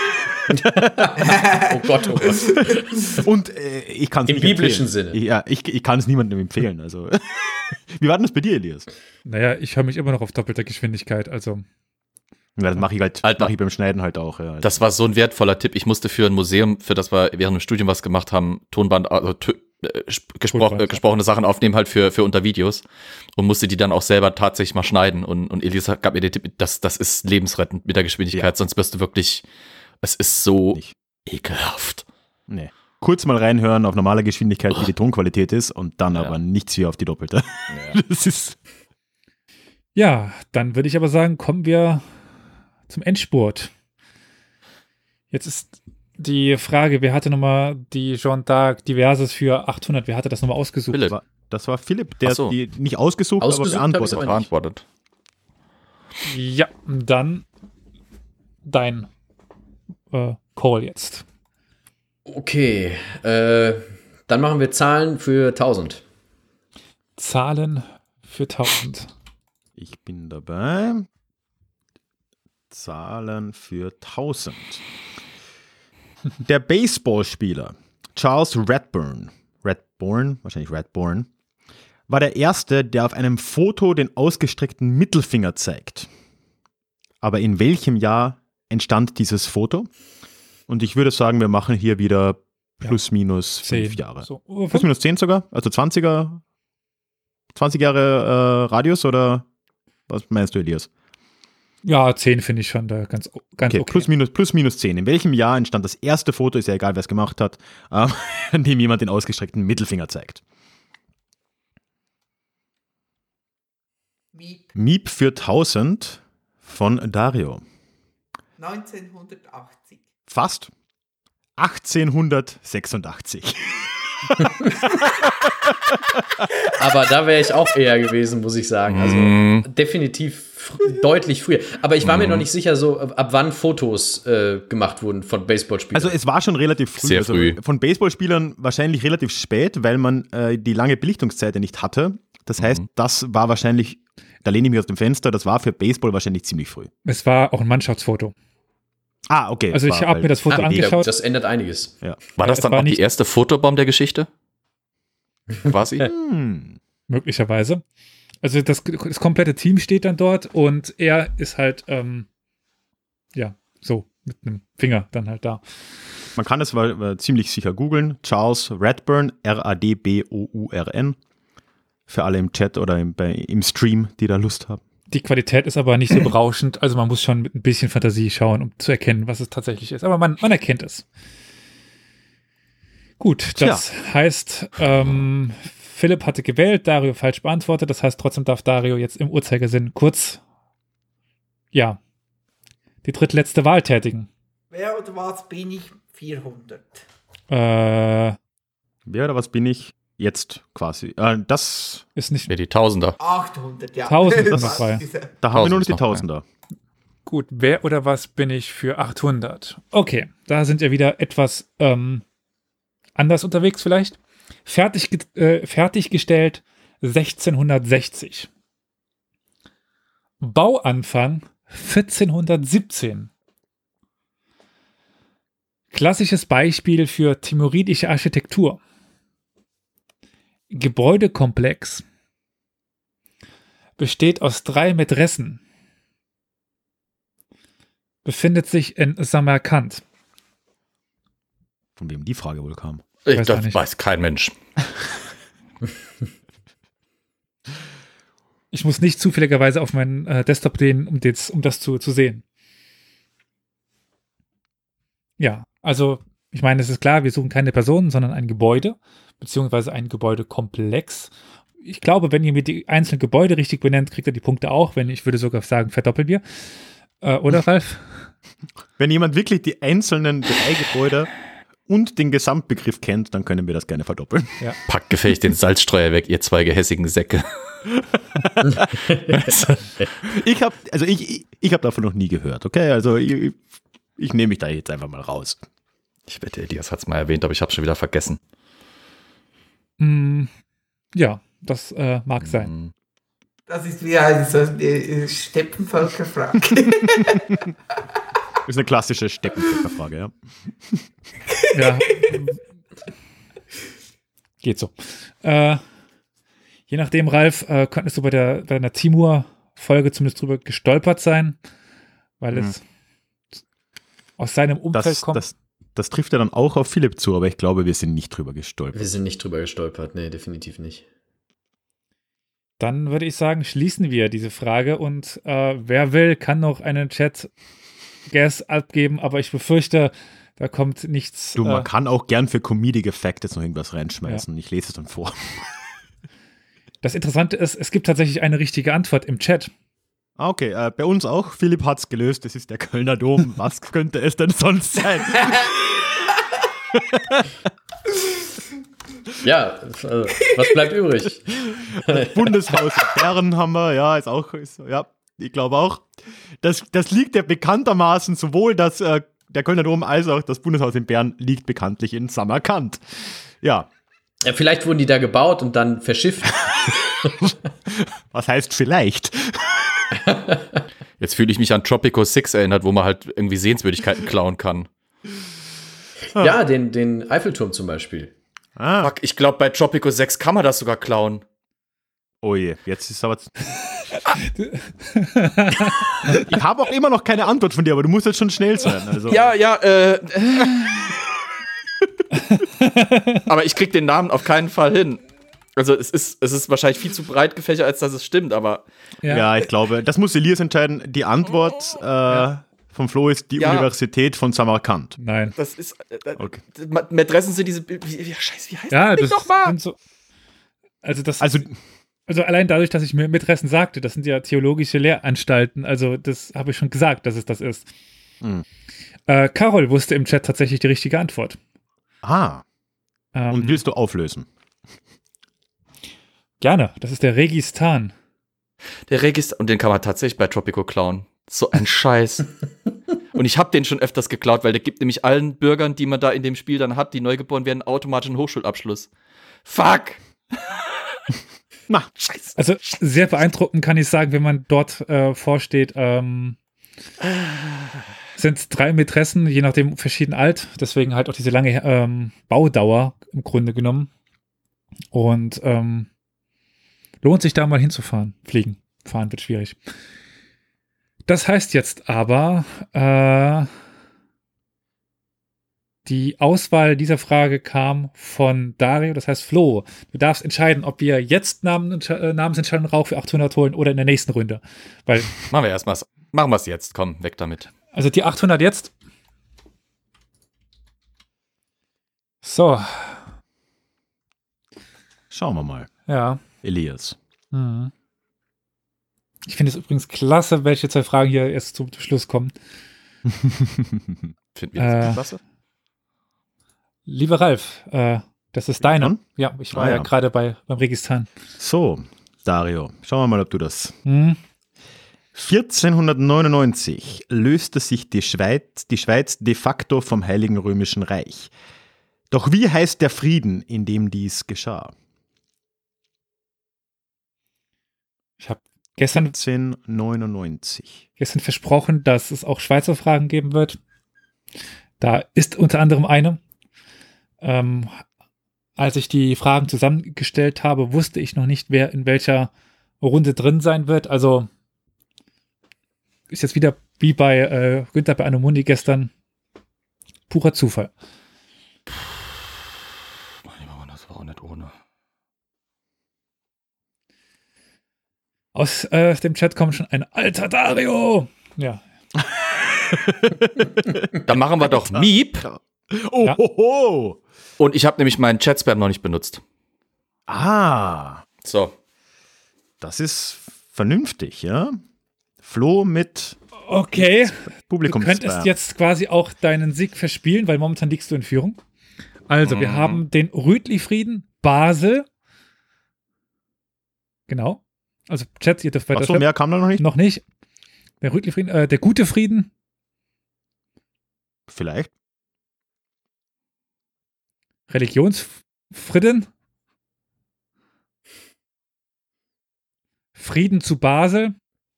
Oh Gott, oh Gott. Und ich kann es Im nicht biblischen empfehlen. Sinne. Ja, ich kann es niemandem empfehlen. Also. Wie war denn das bei dir, Elias? Naja, ich höre mich immer noch auf doppelter Geschwindigkeit, also. Ja, das mache ich Alter. beim Schneiden halt auch. Ja. das war so ein wertvoller Tipp. Ich musste für ein Museum, für das wir während dem Studium was gemacht haben, Tonband, also gesprochene Sachen aufnehmen halt für unter Videos und musste die dann auch selber tatsächlich mal schneiden. Und Elias gab mir den Tipp, das ist lebensrettend mit der Geschwindigkeit, sonst wirst du wirklich, es ist so Nicht. ekelhaft. Nee. Kurz mal reinhören auf normale Geschwindigkeit, wie die Tonqualität ist und dann aber nichts wie auf die doppelte. Ja. Das ist Ja, dann würde ich aber sagen, kommen wir zum Endspurt. Jetzt ist die Frage, wer hatte nochmal die Jeanne d'Arc Diverses für 800? Wer hatte das nochmal ausgesucht? Philipp. das war Philipp, der Ach so. die nicht ausgesucht, Ausgesucht aber hab beantwortet ich's aber hat. Beantwortet. Ja, dann dein Call jetzt. Okay, dann machen wir Zahlen für 1000. Zahlen für 1000. Ich bin dabei. Zahlen für 1000. Der Baseballspieler Charles Redburn, wahrscheinlich Redburn, war der Erste, der auf einem Foto den ausgestreckten Mittelfinger zeigt. Aber in welchem Jahr entstand dieses Foto? Und ich würde sagen, wir machen hier wieder plus minus 5 Jahre. So, Plus minus 10 sogar, also 20er. 20 Jahre Radius oder was meinst du, Elias? Ja, 10 finde ich schon da ganz okay. Plus minus 10. In welchem Jahr entstand das erste Foto, ist ja egal, wer es gemacht hat, an dem jemand den ausgestreckten Mittelfinger zeigt? Miep für 1000 von Dario. 1980. Fast. 1886. Aber da wäre ich auch eher gewesen, muss ich sagen. Also definitiv deutlich früher. Aber ich war mir noch nicht sicher, so ab wann Fotos gemacht wurden von Baseballspielern. Also es war schon relativ früh. Sehr früh. Also von Baseballspielern wahrscheinlich relativ spät, weil man die lange Belichtungszeit ja nicht hatte. Das heißt, das war wahrscheinlich, da lehne ich mich aus dem Fenster, das war für Baseball wahrscheinlich ziemlich früh. Es war auch ein Mannschaftsfoto. Ah, okay. Also ich habe mir das Foto angeschaut. Das ändert einiges. Ja. War das dann war auch die nicht- erste Fotobomb der Geschichte? Quasi? Möglicherweise. Also das komplette Team steht dann dort und er ist halt, so mit einem Finger dann halt da. Man kann es ziemlich sicher googeln. Charles Radbourn, Radbourn. Für alle im Chat oder im Stream, die da Lust haben. Die Qualität ist aber nicht so berauschend, also man muss schon mit ein bisschen Fantasie schauen, um zu erkennen, was es tatsächlich ist. Aber man erkennt es. Gut, das heißt, Philipp hatte gewählt, Dario falsch beantwortet. Das heißt, trotzdem darf Dario jetzt im Uhrzeigersinn kurz, die drittletzte Wahl tätigen. Wer oder was bin ich? 400. Wer oder was bin ich jetzt quasi? Das, Ist nicht Ja, die Tausender. 800, ja. 1000 ist Das noch ist- frei. da haben wir nur noch die 1000 noch, Tausender. Gut, wer oder was bin ich für 800? Okay, da sind wir wieder etwas anders unterwegs vielleicht. Fertiggestellt 1660. Bauanfang 1417. Klassisches Beispiel für timuridische Architektur. Gebäudekomplex. Besteht aus 3 Mätressen. Befindet sich in Samarkand. Von wem die Frage wohl kam. Ich Weiß auch glaube, nicht. weiß kein Mensch. Ich muss nicht zufälligerweise auf meinen Desktop gehen, um das zu sehen. Ja, also ich meine, es ist klar, wir suchen keine Personen, sondern ein Gebäude, beziehungsweise ein Gebäudekomplex. Ich glaube, wenn ihr mir die einzelnen Gebäude richtig benennt, kriegt ihr die Punkte auch, ich würde sogar sagen, verdoppeln wir. Oder, Ralf? Wenn jemand wirklich die einzelnen 3 Gebäude und den Gesamtbegriff kennt, dann können wir das gerne verdoppeln. Packt gefälligst den Salzstreuer weg, ihr 2 gehässigen Säcke. Ich habe davon noch nie gehört, okay? Also ich nehme mich da jetzt einfach mal raus. Ich wette, Elias hat es mal erwähnt, aber ich habe schon wieder vergessen. Ja, das mag sein. Das ist wie eine Steppenvölkerfrage. Das ist eine klassische Steppenvölkerfrage, ja. Ja. Geht so. Je nachdem, Ralf, könntest du bei deiner Timur-Folge zumindest drüber gestolpert sein, weil es aus seinem Umfeld kommt. Das trifft ja dann auch auf Philipp zu, aber ich glaube, wir sind nicht drüber gestolpert. Wir sind nicht drüber gestolpert, nee, definitiv nicht. Dann würde ich sagen, schließen wir diese Frage und wer will, kann noch einen Chat-Guess abgeben, aber ich befürchte, da kommt nichts. Man kann auch gern für Comedic Effect jetzt noch irgendwas reinschmeißen. Ja. Ich lese es dann vor. Das Interessante ist, es gibt tatsächlich eine richtige Antwort im Chat. Okay, bei uns auch. Philipp hat es gelöst. Das ist der Kölner Dom. Was könnte es denn sonst sein? Ja, also, was bleibt übrig? Das Bundeshaus in Bern haben wir. Ja, ich glaube auch. Das liegt ja bekanntermaßen sowohl der Kölner Dom als auch das Bundeshaus in Bern liegt bekanntlich in Samarkand. Ja. Ja, vielleicht wurden die da gebaut und dann verschifft. Was heißt vielleicht? Jetzt fühle ich mich an Tropico 6 erinnert, wo man halt irgendwie Sehenswürdigkeiten klauen kann. Ja, den Eiffelturm zum Beispiel. Fuck, ich glaube, bei Tropico 6 kann man das sogar klauen. Oh je, jetzt ist aber... Ich habe auch immer noch keine Antwort von dir, aber du musst jetzt schon schnell sein. Also. Aber ich krieg den Namen auf keinen Fall hin. Also es ist wahrscheinlich viel zu breit gefächert, als dass es stimmt, aber Ja, ich glaube, das muss Elias entscheiden. Die Antwort von Flo ist die Universität von Samarkand. Nein. das ist Okay. Mätressen sind diese Scheiße, wie heißt Ja, das das doch mal? sind so. Also Also, allein dadurch, dass ich mir Mätressen sagte, das sind ja theologische Lehranstalten. Also das habe ich schon gesagt, dass es das ist. Mhm. Carol wusste im Chat tatsächlich die richtige Antwort. und willst du auflösen? Gerne, das ist der Registan. Der Register, und den kann man tatsächlich bei Tropico klauen. So ein Scheiß. Und ich habe den schon öfters geklaut, weil der gibt nämlich allen Bürgern, die man da in dem Spiel dann hat, die neu geboren werden, automatisch einen Hochschulabschluss. Fuck! Na, Scheiße. Also sehr beeindruckend kann ich sagen, wenn man dort vorsteht, sind 3 Mätressen, je nachdem verschieden alt, deswegen halt auch diese lange Baudauer im Grunde genommen. Und lohnt sich da mal hinzufahren. Fahren wird schwierig. Das heißt jetzt aber, die Auswahl dieser Frage kam von Dario, das heißt Flo, du darfst entscheiden, ob wir jetzt Namensentscheidung Rauch für 800 holen oder in der nächsten Runde. Weil, Machen wir es jetzt, komm, weg damit. also die 800 jetzt. So, Schauen wir mal. ja. Elias. Mhm. Ich finde es übrigens klasse, welche 2 Fragen hier erst zum Schluss kommen. Finden wir das klasse? Lieber Ralf, das ist deine. Schon? Ja, ich war Ah, ja ja. gerade beim Registan. So, Dario, schauen wir mal, ob du das. Mhm. 1499 löste sich die Schweiz de facto vom Heiligen Römischen Reich. Doch wie heißt der Frieden, in dem dies geschah? Ich habe gestern 1499. versprochen, dass es auch Schweizer Fragen geben wird. Da ist unter anderem eine. Als ich die Fragen zusammengestellt habe, wusste ich noch nicht, wer in welcher Runde drin sein wird. Also ist jetzt wieder wie bei Günther bei Anomundi gestern purer Zufall. Das war auch nicht ohne. Aus dem Chat kommt schon ein alter Dario. Ja. Dann machen wir doch Miep. Oh, Ja. ho, ho. Und ich habe nämlich meinen Chat-Spam noch nicht benutzt. Ah, So. das ist vernünftig, ja? Flo mit Okay. Du Publikum. könntest jetzt quasi auch deinen Sieg verspielen, weil momentan liegst du in Führung. Also, wir haben den Rütli-Frieden, Basel. Genau. Also, Chat, ihr dürft weiter Achso, mehr kam da noch nicht? Noch nicht. Der Rütli-Frieden, der gute Frieden, Vielleicht. Religionsfrieden, Frieden zu Basel.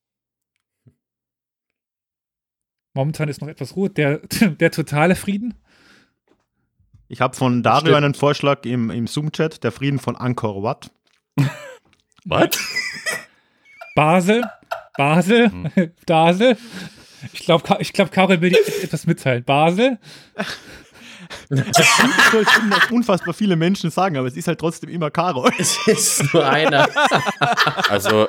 Momentan ist noch etwas Ruhe. Der totale Frieden. Ich habe von Dario Stimmt. einen Vorschlag im Zoom-Chat, der Frieden von Angkor Wat. Was? Basel. Basel. Ich glaube, Karel will dir etwas mitteilen. Basel. Das soll unfassbar viele Menschen sagen, aber es ist halt trotzdem immer Karo. Es ist nur einer. Also,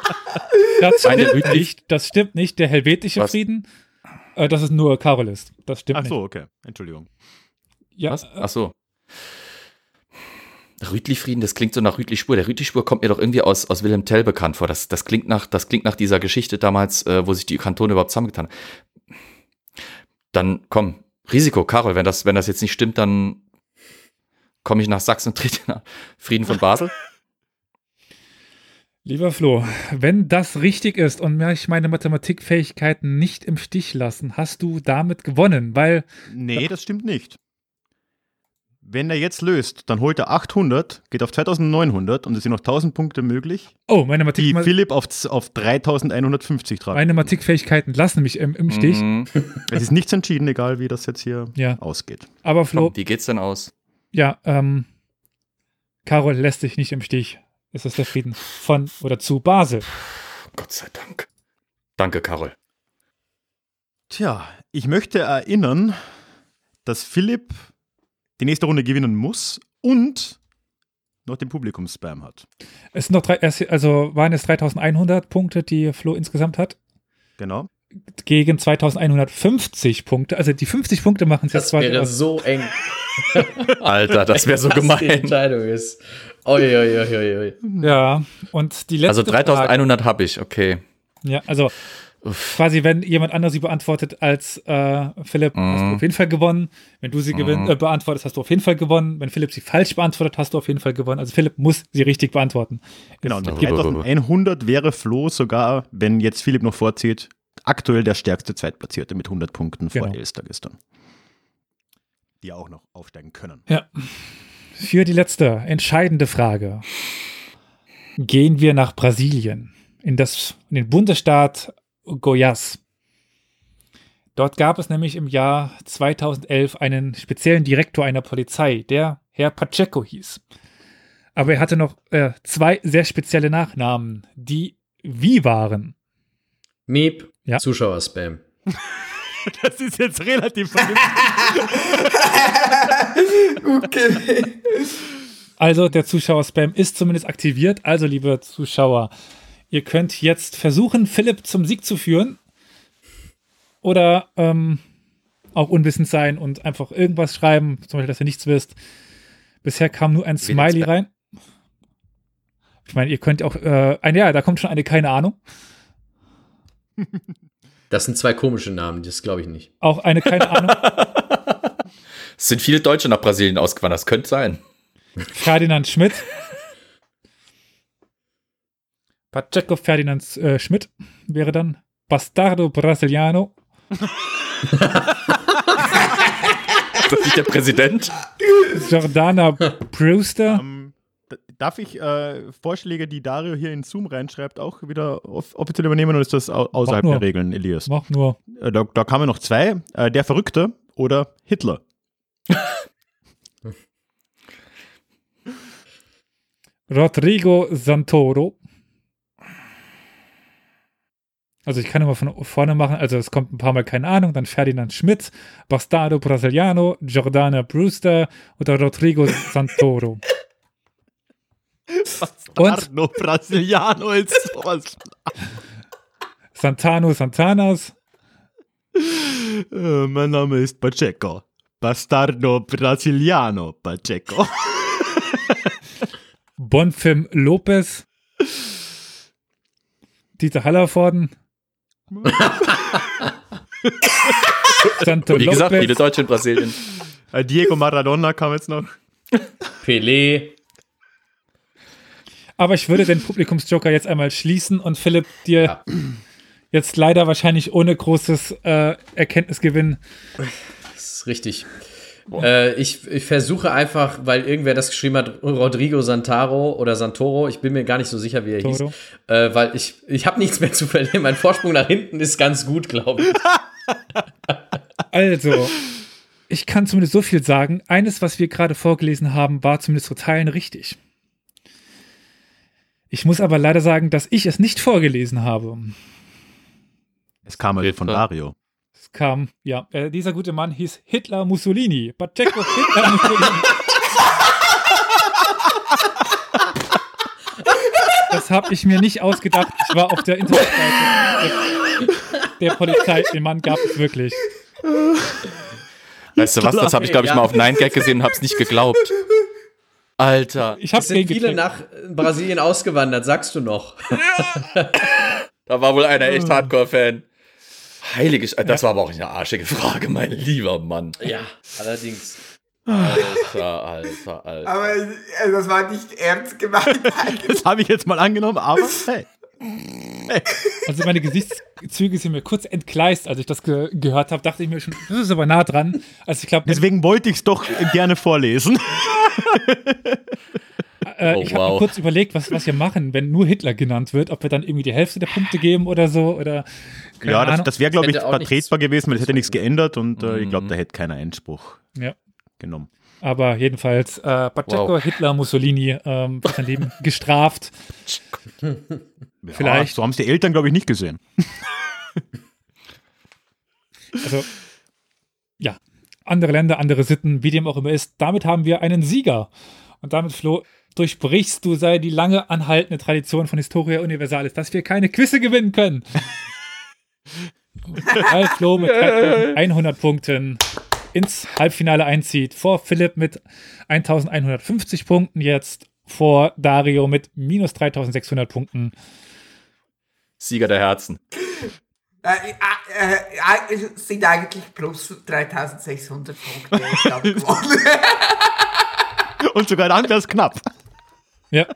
Das stimmt nicht. Der helvetische Was? Frieden, das ist nur Karol ist. Das stimmt Ach so, nicht. okay. Entschuldigung. Ja, was? Ach so. Rütli-Frieden, das klingt so nach Rütli-Spur. Der Rütli-Spur kommt mir doch irgendwie aus Wilhelm Tell bekannt vor. Das klingt nach dieser Geschichte damals, wo sich die Kantone überhaupt zusammengetan haben. Dann komm, Risiko, Karol, wenn das jetzt nicht stimmt, dann komme ich nach Sachsen und trete nach Frieden von Basel. Lieber Flo, wenn das richtig ist und mich meine Mathematikfähigkeiten nicht im Stich lassen, hast du damit gewonnen, weil Nee, das stimmt nicht. Wenn er jetzt löst, dann holt er 800, geht auf 2900 und es sind noch 1000 Punkte möglich, meine die Philipp auf 3150 tragen. meine Mathematikfähigkeiten lassen mich im Stich. Mhm. Es ist nichts entschieden, egal wie das jetzt hier Ja. ausgeht. Aber Flo, Komm, wie geht's denn aus? ja, Karol lässt sich nicht im Stich. Es ist der Frieden von oder zu Basel. Gott sei Dank. Danke, Karol. Tja, ich möchte erinnern, dass Philipp die nächste Runde gewinnen muss und noch den Publikumsspam hat. Es sind noch waren es 3100 Punkte, die Flo insgesamt hat, Genau. gegen 2150 Punkte. Also die 50 Punkte machen es jetzt Das quasi wäre aus. so eng. Alter, das wäre so Was die gemein. Entscheidung ist. Oi, oi, oi, oi, oi. Ja, und die letzte Also Frage, 3100 habe ich, okay. ja, also quasi, wenn jemand anders sie beantwortet als Philipp, hast du auf jeden Fall gewonnen. Wenn du sie beantwortest, hast du auf jeden Fall gewonnen. Wenn Philipp sie falsch beantwortet, hast du auf jeden Fall gewonnen. Also Philipp muss sie richtig beantworten. Genau, und 3100 wäre Flo sogar, wenn jetzt Philipp noch vorzieht, aktuell der stärkste Zweitplatzierte mit 100 Punkten vor Genau. Elster gestern. Die auch noch aufsteigen können. Ja. Für die letzte entscheidende Frage gehen wir nach Brasilien, in den Bundesstaat Goiás. Dort gab es nämlich im Jahr 2011 einen speziellen Direktor einer Polizei, der Herr Pacheco hieß. Aber er hatte noch 2 sehr spezielle Nachnamen, die wie waren. Miep, Ja. Zuschauerspam. Das ist jetzt relativ vernünftig. Okay. Also der Zuschauer-Spam ist zumindest aktiviert. Also liebe Zuschauer, ihr könnt jetzt versuchen, Philipp zum Sieg zu führen oder auch unwissend sein und einfach irgendwas schreiben, zum Beispiel, dass ihr nichts wisst. Bisher kam nur ein Smiley rein. Ich meine, ihr könnt auch, da kommt schon eine keine Ahnung. Das sind 2 komische Namen, das glaube ich nicht. Auch eine keine Ahnung. Es sind viele Deutsche nach Brasilien ausgewandert, das könnte sein. Ferdinand Schmidt. Pacheco Ferdinand Schmidt wäre dann Bastardo Brasiliano. Ist das nicht der Präsident? Jordana Brewster. Darf ich Vorschläge, die Dario hier in Zoom reinschreibt, auch wieder offiziell übernehmen oder ist das außerhalb der Regeln, Elias? Mach nur. Da kamen noch 2. Der Verrückte oder Hitler. Rodrigo Santoro. Also ich kann immer von vorne machen, also es kommt ein paar Mal keine Ahnung, dann Ferdinand Schmidt, Bastardo Brasiliano, Jordana Brewster oder Rodrigo Santoro. Bastardo Brasiliano ist sowas. Santanas. Mein Name ist Pacheco. Bastardo Brasiliano Pacheco. Bonfim Lopez. Dieter Hallervorden. Santo Wie gesagt, Lopez. viele Deutsche in Brasilien. Diego Maradona kam jetzt noch. Pelé. Aber ich würde den Publikumsjoker jetzt einmal schließen und Philipp dir jetzt leider wahrscheinlich ohne großes Erkenntnisgewinn. Das ist richtig. Ich versuche einfach, weil irgendwer das geschrieben hat, Rodrigo Santoro oder Santoro, ich bin mir gar nicht so sicher, wie er hieß, weil ich habe nichts mehr zu verlieren. Mein Vorsprung nach hinten ist ganz gut, glaube ich. Also, ich kann zumindest so viel sagen. Eines, was wir gerade vorgelesen haben, war zumindest zu Teilen richtig. Ich muss aber leider sagen, dass ich es nicht vorgelesen habe. Es kam halt von Dario. Es kam, dieser gute Mann hieß Hitler Mussolini. Pacheco Hitler Mussolini. Das habe ich mir nicht ausgedacht. Ich war auf der Internetseite der Polizei. Den Mann gab es wirklich. Weißt du was, das habe ich, glaube ich, mal auf 9gag gesehen und habe es nicht geglaubt. Alter. Ich habe Es sind viele nach Brasilien ausgewandert, sagst du noch. Da war wohl einer echt Hardcore-Fan. Heilige das war aber auch eine arschige Frage, mein lieber Mann. Ja, allerdings. Alter. Aber das war nicht ernst gemeint. Das habe ich jetzt mal angenommen, aber hey. Also meine Gesichtszüge sind mir kurz entgleist, als ich das gehört habe, dachte ich mir schon, das ist aber nah dran. Also ich glaube, Deswegen wollte ich es doch gerne vorlesen. ich habe mir kurz überlegt, was wir machen, wenn nur Hitler genannt wird, ob wir dann irgendwie die Hälfte der Punkte geben oder so oder keine Ahnung. Das wäre, glaube ich, Hätte auch vertretbar nichts gewesen, weil es hätte nichts geändert und ich glaube, da hätte keiner Einspruch genommen. Aber jedenfalls Pacheco, Hitler, Mussolini für sein Leben gestraft. Vielleicht. So haben es die Eltern, glaube ich, nicht gesehen. Also, andere Länder, andere Sitten, wie dem auch immer ist. Damit haben wir einen Sieger. Und damit, Flo, durchbrichst du die lange anhaltende Tradition von Historia Universalis, dass wir keine Quizze gewinnen können. Weil Flo mit 3100 Punkten ins Halbfinale einzieht, vor Philipp mit 1150 Punkten jetzt, vor Dario mit minus 3600 Punkten. Sieger der Herzen. Es sind eigentlich plus 3600 Punkte. Ich habe gewonnen. Und sogar dann wäre es knapp. Ja.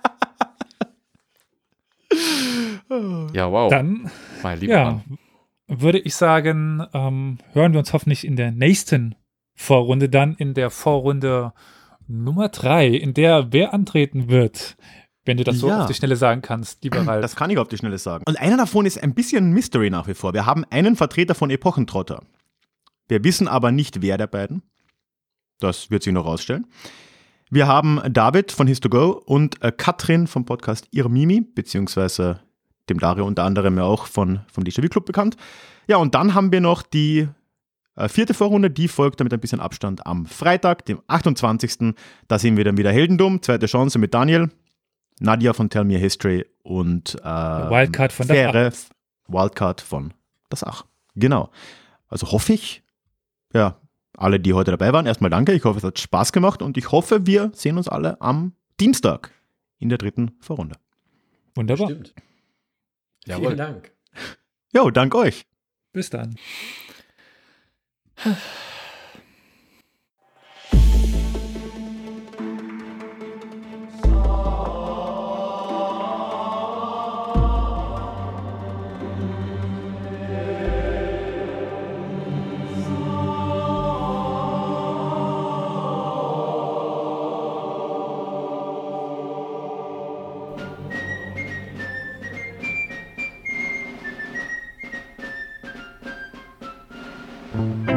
Ja, wow. Dann, mein lieber Mann. würde ich sagen, hören wir uns hoffentlich in der nächsten Vorrunde, dann in der Vorrunde Nummer 3, in der wer antreten wird, wenn du das so auf die Schnelle sagen kannst, lieber Ralf. Das kann ich auf die Schnelle sagen. Und einer davon ist ein bisschen Mystery nach wie vor. Wir haben einen Vertreter von Epochentrotter. Wir wissen aber nicht, wer der beiden. Das wird sich noch rausstellen. Wir haben David von His2Go und Katrin vom Podcast Ihr Mimi, beziehungsweise dem Dario unter anderem ja auch vom Déjà-vu Club bekannt. Ja, und dann haben wir noch die 4. Vorrunde, die folgt damit ein bisschen Abstand am Freitag, dem 28. Da sehen wir dann wieder Heldentum, zweite Chance mit Daniel, Nadia von Tell Me a History und Wildcard von das Ach. Wildcard von das Ach. Genau. Also hoffe ich, ja, alle, die heute dabei waren, erstmal danke. Ich hoffe, es hat Spaß gemacht und ich hoffe, wir sehen uns alle am Dienstag in der 3. Vorrunde. Wunderbar. Stimmt. Jawohl. Vielen Dank. Jo, dank euch. Bis dann. Thank you.